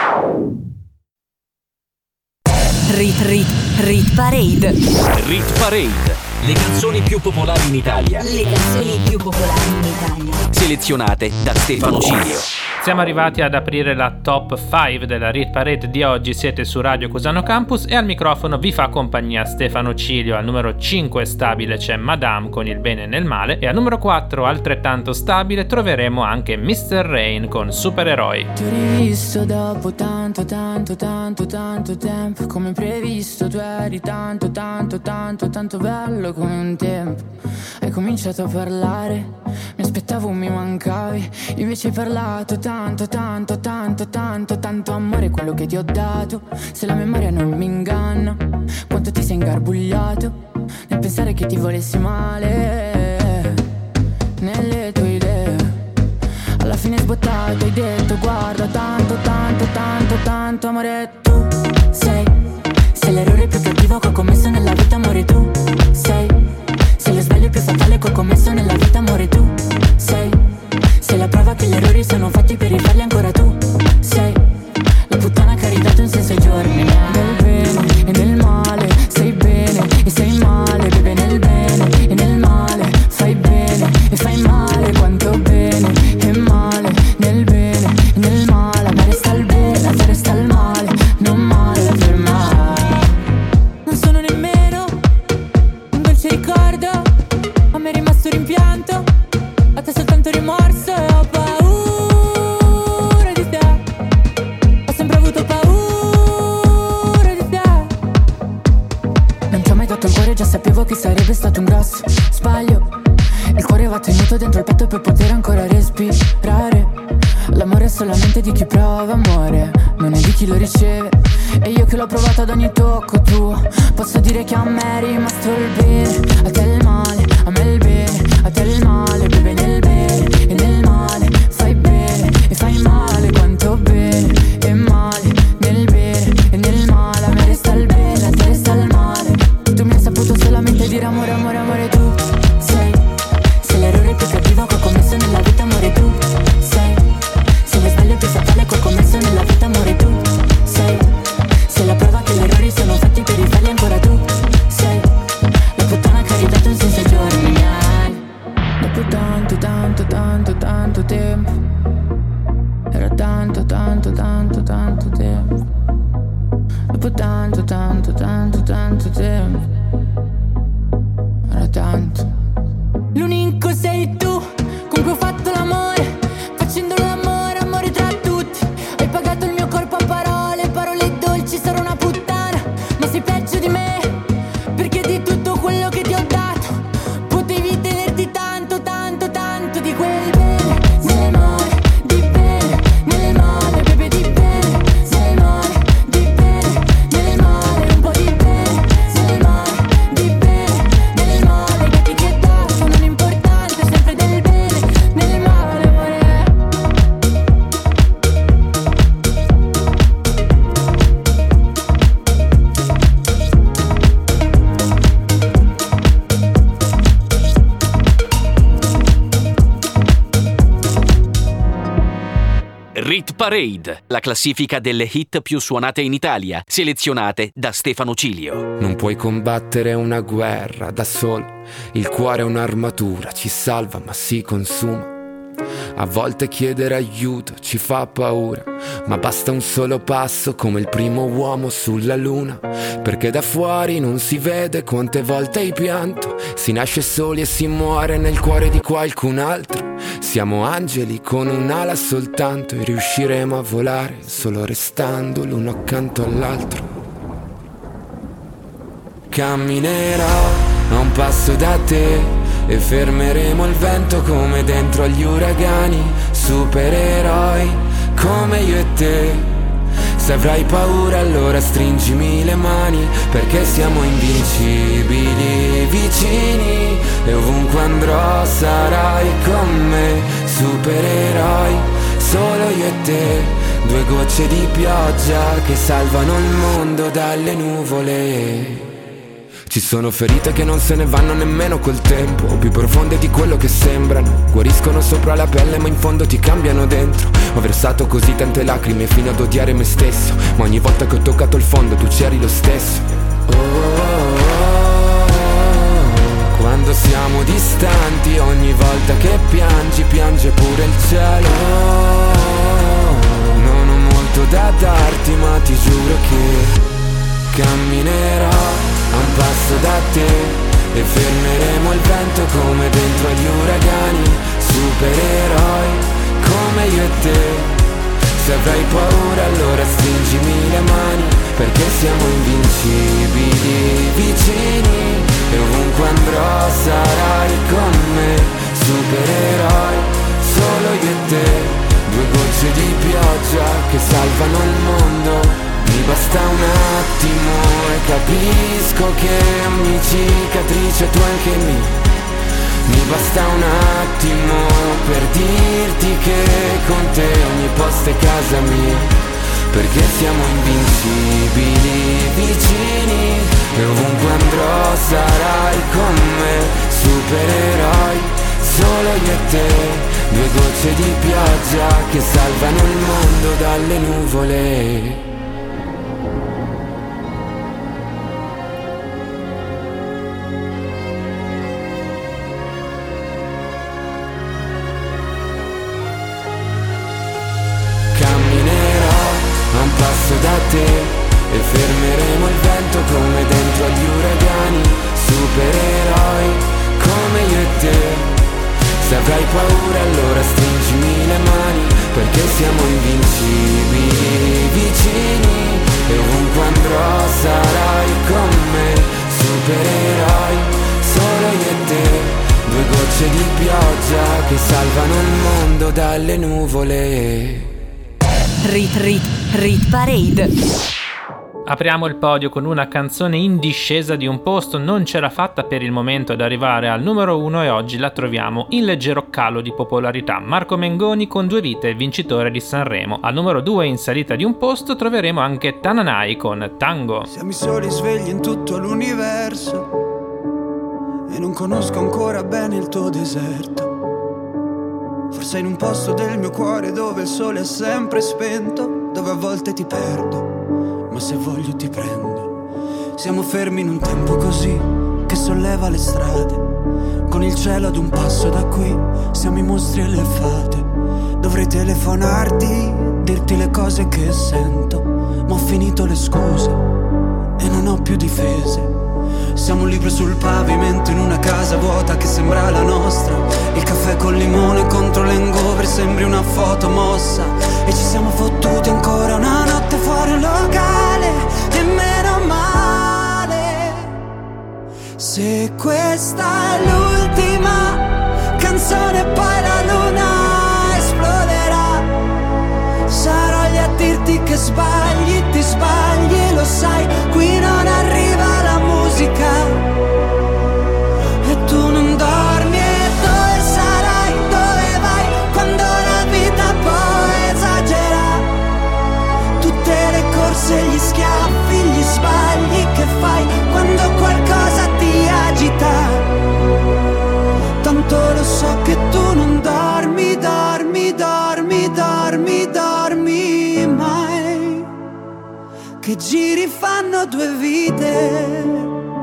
Rit Rit Rit Parade. Rit Parade. Le canzoni più popolari in Italia. Le canzoni più popolari in Italia. Selezionate da Stefano Cilio. Siamo arrivati ad aprire la top cinque della Rit Parade di oggi. Siete su Radio Cusano Campus e al microfono vi fa compagnia Stefano Cilio. Al numero cinque stabile c'è Madame con Il bene nel male e al numero quattro altrettanto stabile troveremo anche mister Rain con Supereroi. Ti ho rivisto dopo tanto tanto tanto tanto tempo, come previsto tu eri tanto tanto tanto tanto bello come un tempo. Hai cominciato a parlare, mi aspettavo mi mancavi, invece hai parlato tanto Tanto, tanto, tanto, tanto, tanto amore quello che ti ho dato. Se la memoria non mi inganna, quanto ti sei ingarbugliato nel pensare che ti volessi male. Nelle tue idee alla fine sbottato hai detto guarda tanto, tanto, tanto, tanto amore tu sei. Sei l'errore più cattivo che ho commesso nella vita amore tu sei. Sei lo sbaglio più fatale che ho commesso nella vita amore tu sei. Sei la prova che gli errori sono fatti per rifarli ancora tu sei. La puttana che ha ridato un senso ai giorni. Nel bene e nel male sei bene e sei male. Bebe nel bene e nel male fai bene e fai male. Quanto bene e male. Nel bene e nel male. Ma resta il bene, a te resta il male. Non male per mai. Non sono nemmeno un dolce ricordo, a me è rimasto rimpianto, a te soltanto rimorso e ho paura di te. Ho sempre avuto paura di te. Non ti ho mai dato il cuore, già sapevo che sarebbe stato un grosso sbaglio. Il cuore va tenuto dentro il petto per poter ancora respirare. L'amore è solamente di chi prova amore, non è di chi lo riceve. E io che l'ho provato ad ogni tocco tuo, posso dire che a me è rimasto il bene, a te il male, a me il bene, a te il male. Bebe nel bene e nel male fai bene e fai male. Quanto bene e male. Nel bene e nel male. A me resta il bene, a te resta il male. Tu mi hai saputo solamente dire amore, amore, amore tu sei. Sei l'errore più cattivo che ho commesso nella vita amore tu sei. Sei lo sbaglio più fatale che ho commesso nella vita amore tu sei. Sei la prova che gli errori sono fatti per rifarli ancora tu sei. La puttana che ha ridato un senso ai giorni miei. Dopo tanto, tanto, tanto, tanto tempo. Era tanto, tanto, tanto, tanto tempo. Dopo tanto, tanto, tanto, tanto tempo. Era tanto. L'unico sei tu con cui ho fatto l'amore, facendo l'amore, amore tra tutti. Hai pagato il mio corpo a parole, parole dolci, sarò una puttana, ma sei peggio di me, perché di tutto quello che ti ho dato potevi tenerti tanto, tanto, tanto di quel bene, nel male, di bene, nel male, bebe di bene, nel male, di bene, nel male, un po' di bene, nel male, di bene, nel male, che etichettato non importante, sempre del bene, nel male, amore. Rit Parade, la classifica delle hit più suonate in Italia, selezionate da Stefano Cilio. Non puoi combattere una guerra da solo, il cuore è un'armatura, ci salva ma si consuma. A volte chiedere aiuto ci fa paura, ma basta un solo passo come il primo uomo sulla luna, perché da fuori non si vede quante volte hai pianto. Si nasce soli e si muore nel cuore di qualcun altro. Siamo angeli con un'ala soltanto e riusciremo a volare solo restando l'uno accanto all'altro. Camminerò a un passo da te e fermeremo il vento come dentro agli uragani. Supereroi come io e te. Se avrai paura allora stringimi le mani, perché siamo invincibili vicini e ovunque andrò sarai con me. Supereroi, solo io e te, due gocce di pioggia che salvano il mondo dalle nuvole. Ci sono ferite che non se ne vanno nemmeno col tempo, più profonde di quello che sembrano. Guariscono sopra la pelle ma in fondo ti cambiano dentro. Ho versato così tante lacrime fino ad odiare me stesso, ma ogni volta che ho toccato il fondo tu c'eri lo stesso. Oh, oh, oh, oh. Quando siamo distanti, ogni volta che piangi, piange pure il cielo. Oh, non ho molto da darti, ma ti giuro che camminerò a un passo da te e fermeremo il vento come dentro agli uragani. Supereroi come io e te. Se avrai paura allora stringimi le mani, perché siamo invincibili, vicini, e ovunque andrò sarai con me. Supereroi, solo io e te, due gocce di pioggia che salvano il mondo. Mi basta un attimo e capisco che ogni cicatrice tu anche mi. Mi basta un attimo per dirti che con te ogni posto è casa mia, perché siamo invincibili, vicini, e ovunque andrò sarai con me. Supereroi, solo io e te, due gocce di pioggia che salvano il mondo dalle nuvole. Da te e fermeremo il vento come dentro agli uragani. Supereroi come io e te. Se avrai paura allora stringimi le mani, perché siamo invincibili, vicini, e ovunque andrò sarai con me. Supereroi, solo io e te, due gocce di pioggia che salvano il mondo dalle nuvole. Rit Rit Rit Parade. Apriamo il podio con una canzone in discesa di un posto, non ce l'ha fatta per il momento ad arrivare al numero uno e oggi la troviamo in leggero calo di popolarità. Marco Mengoni con Due vite, vincitore di Sanremo. Al numero due in salita di un posto troveremo anche Tananai con Tango. Siamo i soli svegli in tutto l'universo e non conosco ancora bene il tuo deserto. Forse in un posto del mio cuore dove il sole è sempre spento, dove a volte ti perdo, ma se voglio ti prendo. Siamo fermi in un tempo così che solleva le strade, con il cielo ad un passo da qui, siamo i mostri e le fate. Dovrei telefonarti, dirti le cose che sento, ma ho finito le scuse e non ho più difese. Siamo un libro sul pavimento in una casa vuota che sembra la nostra. Il caffè col limone contro l'hangover sembri una foto mossa. E ci siamo fottuti ancora una notte fuori un locale, e meno male. Se questa è l'ultima canzone poi la luna esploderà. Sarò lì a dirti che sbagli, ti sbagli, lo sai. Qui non arriva la musica e tu non dormi. E dove sarai, dove vai, quando la vita poi esagera? Tutte le corse, gli schiaffi, gli sbagli che fai quando qualcosa ti agita. Tanto lo so che tu non dormi, dormi, dormi, dormi, dormi mai. Che giri fanno due vite.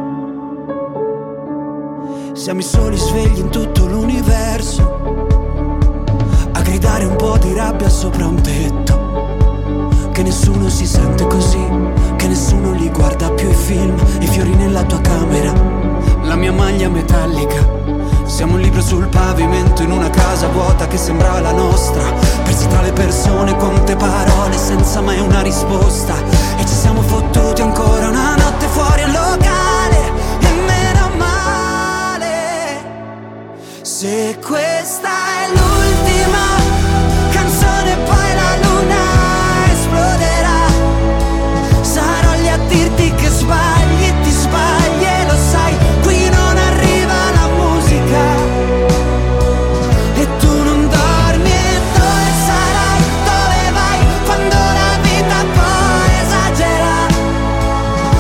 Siamo i soli svegli in tutto l'universo, a gridare un po' di rabbia sopra un tetto. Che nessuno si sente così, che nessuno li guarda più i film. I fiori nella tua camera, la mia maglia metallica. Siamo un libro sul pavimento in una casa vuota che sembra la nostra. Persi tra le persone, quante parole senza mai una risposta. E ci siamo fottuti ancora una notte fuori al locale, e meno male. Se questa è l'ultima canzone poi la luna esploderà. Sarò lì a dirti che sbagli, ti sbagli e lo sai. Qui non arriva la musica e tu non dormi. E dove sarai, dove vai, quando la vita poi esagera?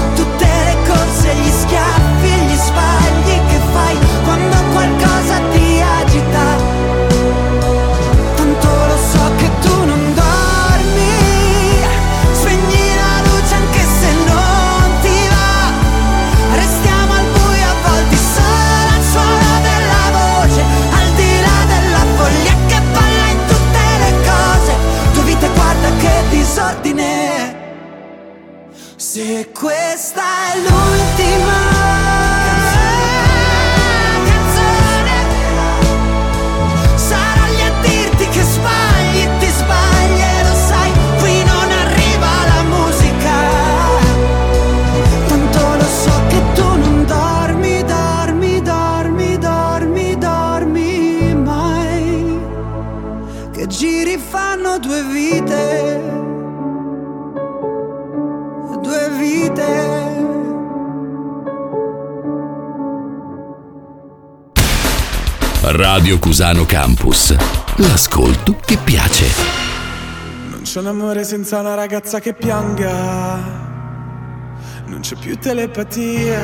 è l'ultima canzone. Sarò lì a dirti che sbagli, ti sbagli e lo sai, qui non arriva la musica. Tanto lo so che tu non dormi, dormi, dormi, dormi, dormi mai. Che giri fanno due vite, due vite. Radio Cusano Campus. L'ascolto che piace. Non c'è un amore senza una ragazza che pianga. Non c'è più telepatia.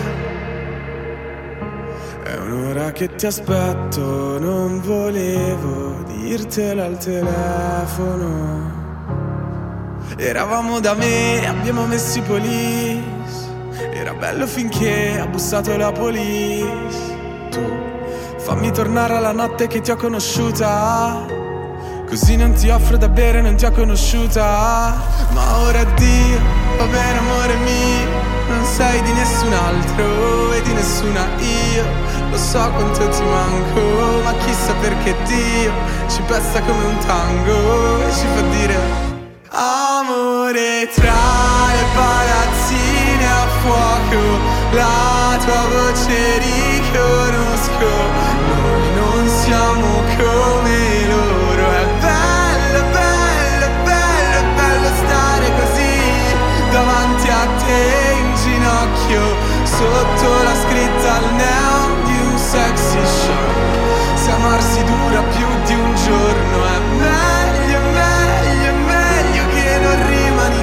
È un'ora che ti aspetto, non volevo dirtelo al telefono. Eravamo da me, abbiamo messo i police. Era bello finché ha bussato la police. Tu fammi tornare alla notte che ti ho conosciuta, così non ti offro da bere, non ti ho conosciuta. Ma ora addio, va bene amore mio, non sei di nessun altro e di nessuna io. Lo so quanto ti manco, ma chissà perché Dio ci pesta come un tango e ci fa dire amore tra le palazzine a fuoco. La tua voce riconosco, noi non siamo come loro. È bello, bello, bello, bello stare così davanti a te in ginocchio, sotto la scritta al neon di un sexy show. Se amarsi dura più di un giorno è meglio, meglio, meglio che non rimani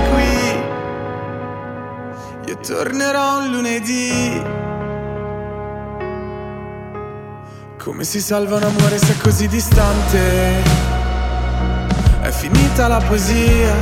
qui. Io tornerò un lunedì. Come si salva un amore se è così distante? È finita la poesia.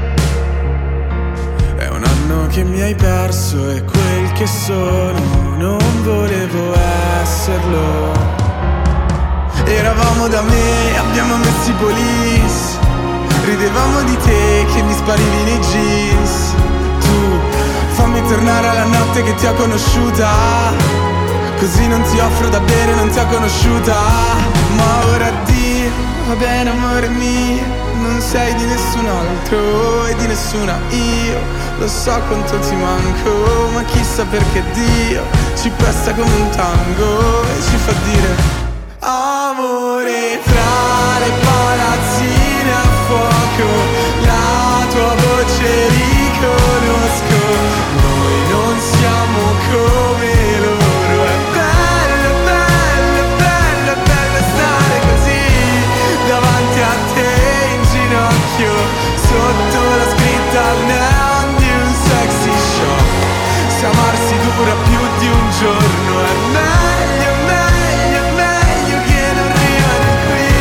È un anno che mi hai perso e quel che sono non volevo esserlo. Eravamo da me, abbiamo messo i police. Ridevamo di te che mi sparivi nei jeans. Tu fammi tornare alla notte che ti ho conosciuta, così non ti offro da bere, non ti ho conosciuta. Ma ora addio, va bene amore mio, non sei di nessun altro e di nessuna io. Lo so quanto ti manco, ma chissà perché Dio ci pesta come un tango e ci fa dire amore tra le palazzine a fuoco. La tua voce riconosco, noi non siamo come loro. È bello, bello, bello, bello stare così davanti a te in ginocchio, sotto la scritta al neon di un sexy show. Se amarsi dura più di un giorno è meglio, meglio, meglio che non rimani qui.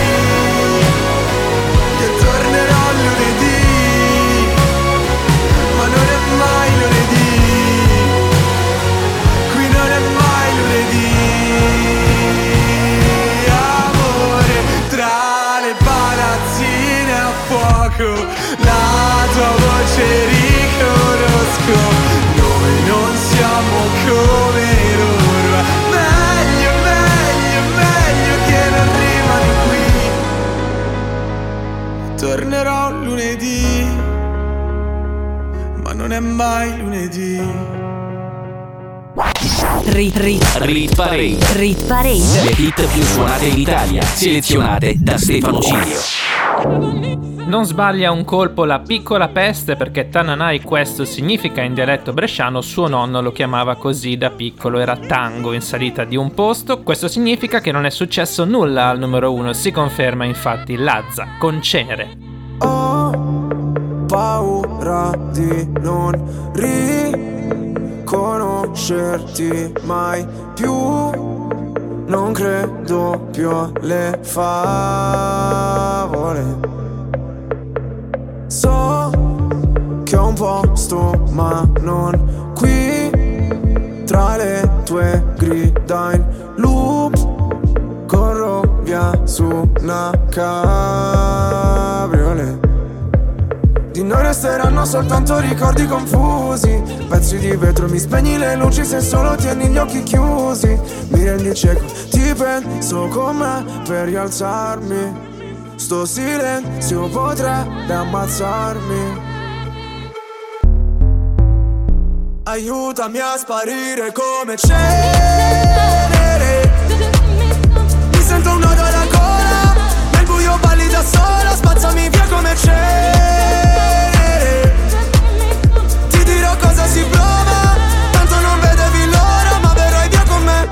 Io tornerò lunedì, ma non è mai lunedì. Qui non è mai lunedì. Amore tra le palazzine a fuoco, la tua voce riconosco, noi non siamo come loro. È meglio, meglio, meglio che non rimani qui. Tornerò lunedì, ma non è mai lunedì. Rit, rit, Rit Parade. rit parade. Le hit più suonate in Italia, selezionate da Stefano Cilio. Non sbaglia un colpo la piccola peste, perché Tananai questo significa in dialetto bresciano. Suo nonno lo chiamava così da piccolo, era tango in salita di un posto. Questo significa che non è successo nulla al numero uno, si conferma infatti Lazza con Cenere. Ho paura di non riconoscerti mai più, non credo più alle favole. So che ho un posto ma non qui, tra le tue grida in loop, corro via su una cabriolet. Di noi resteranno soltanto ricordi confusi. Pezzi di vetro, mi spegni le luci se solo tieni gli occhi chiusi. Mi rendi cieco, ti penso con me per rialzarmi. Sto silenzio potrebbe ammazzarmi. Aiutami a sparire come cenere. Mi sento un nodo alla gola, nel buio balli da sola, spazzami via come cenere. Ti dirò cosa si prova, tanto non vedevi l'ora, ma verrai via con me.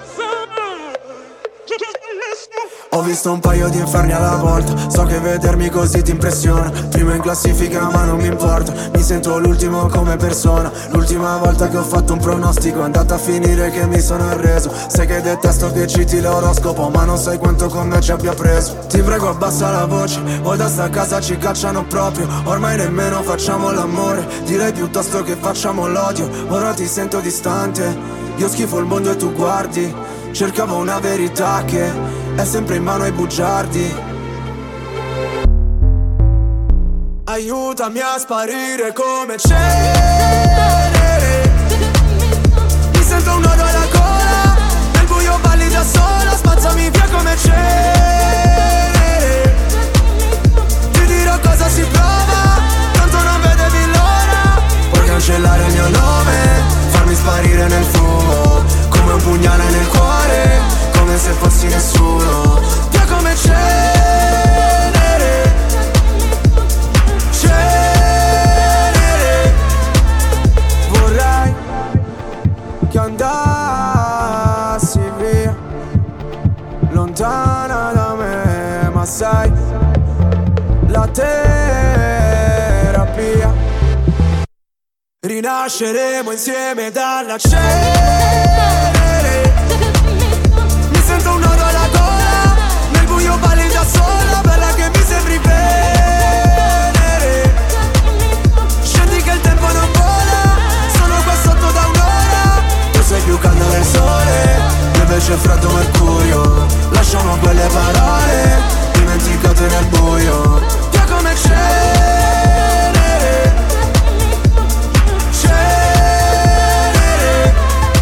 Ho visto un paio di inferni alla volta, so che vedermi così ti impressiona. Primo in classifica ma non mi importa, mi sento l'ultimo come persona. L'ultima volta che ho fatto un pronostico è andata a finire che mi sono arreso. Sai che detesto che citi l'oroscopo, ma non sai quanto con me ci abbia preso. Ti prego abbassa la voce, o da sta casa ci cacciano proprio. Ormai nemmeno facciamo l'amore, direi piuttosto che facciamo l'odio. Ora ti sento distante, io schifo il mondo e tu guardi. Cercavo una verità che è sempre in mano ai bugiardi. Aiutami a sparire come cenere. Mi sento un nodo alla gola, nel buio balli da sola, spazzami via come cenere. Ti dirò cosa si prova, tanto non vedevi l'ora. Puoi cancellare il mio nome, farmi sparire nel fumo, come un pugnale nel cuore, come se fossi nessuno. Via come cenere, cenere. Vorrei che andassi via, lontana da me, ma sai, la terapia. Rinasceremo insieme dalla cenere. Mi sento un nodo alla gola, nel buio balli da sola, bella che mi sembri venere. Scendi che il tempo non vola, sono qua sotto da un'ora. Tu sei più caldo del sole, io invece freddo mercurio. Lasciamo quelle parole dimenticate nel buio. Via come cenere, cenere.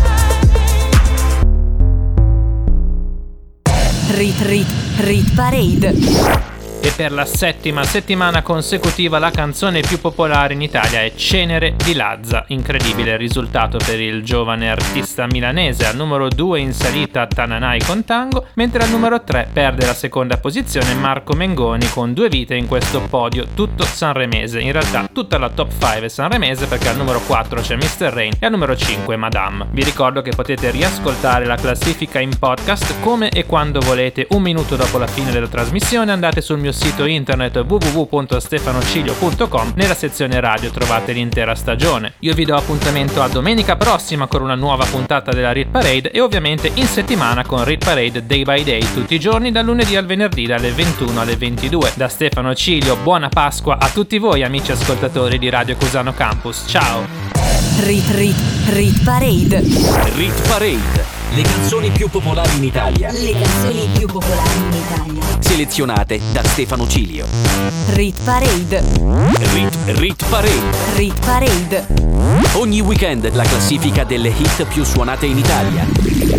Rit Rit Rit Parade. E per la settima settimana consecutiva la canzone più popolare in Italia è Cenere di Lazza. Incredibile il risultato per il giovane artista milanese. Al numero due in salita Tananai con Tango, mentre al numero tre perde la seconda posizione Marco Mengoni con Due vite in questo podio tutto sanremese. In realtà tutta la top cinque è sanremese, perché al numero quattro c'è mister Rain e al numero cinque Madame. Vi ricordo che potete riascoltare la classifica in podcast come e quando volete. Un minuto dopo la fine della trasmissione andate sul mio sito internet w w w punto stefanocilio punto com. Nella sezione radio trovate l'intera stagione. Io vi do appuntamento a domenica prossima con una nuova puntata della Rit Parade e ovviamente in settimana con Rit Parade Day by Day tutti i giorni dal lunedì al venerdì dalle ventuno alle ventidue. Da Stefano Cilio, buona Pasqua a tutti voi amici ascoltatori di Radio Cusano Campus. Ciao! Rit Rit Rit Parade. Rit Parade. Le canzoni più popolari in Italia. Le canzoni più popolari in Italia. Selezionate da Stefano Cilio. Rit Parade. Rit, Rit Parade. Rit Parade. Ogni weekend la classifica delle hit più suonate in Italia.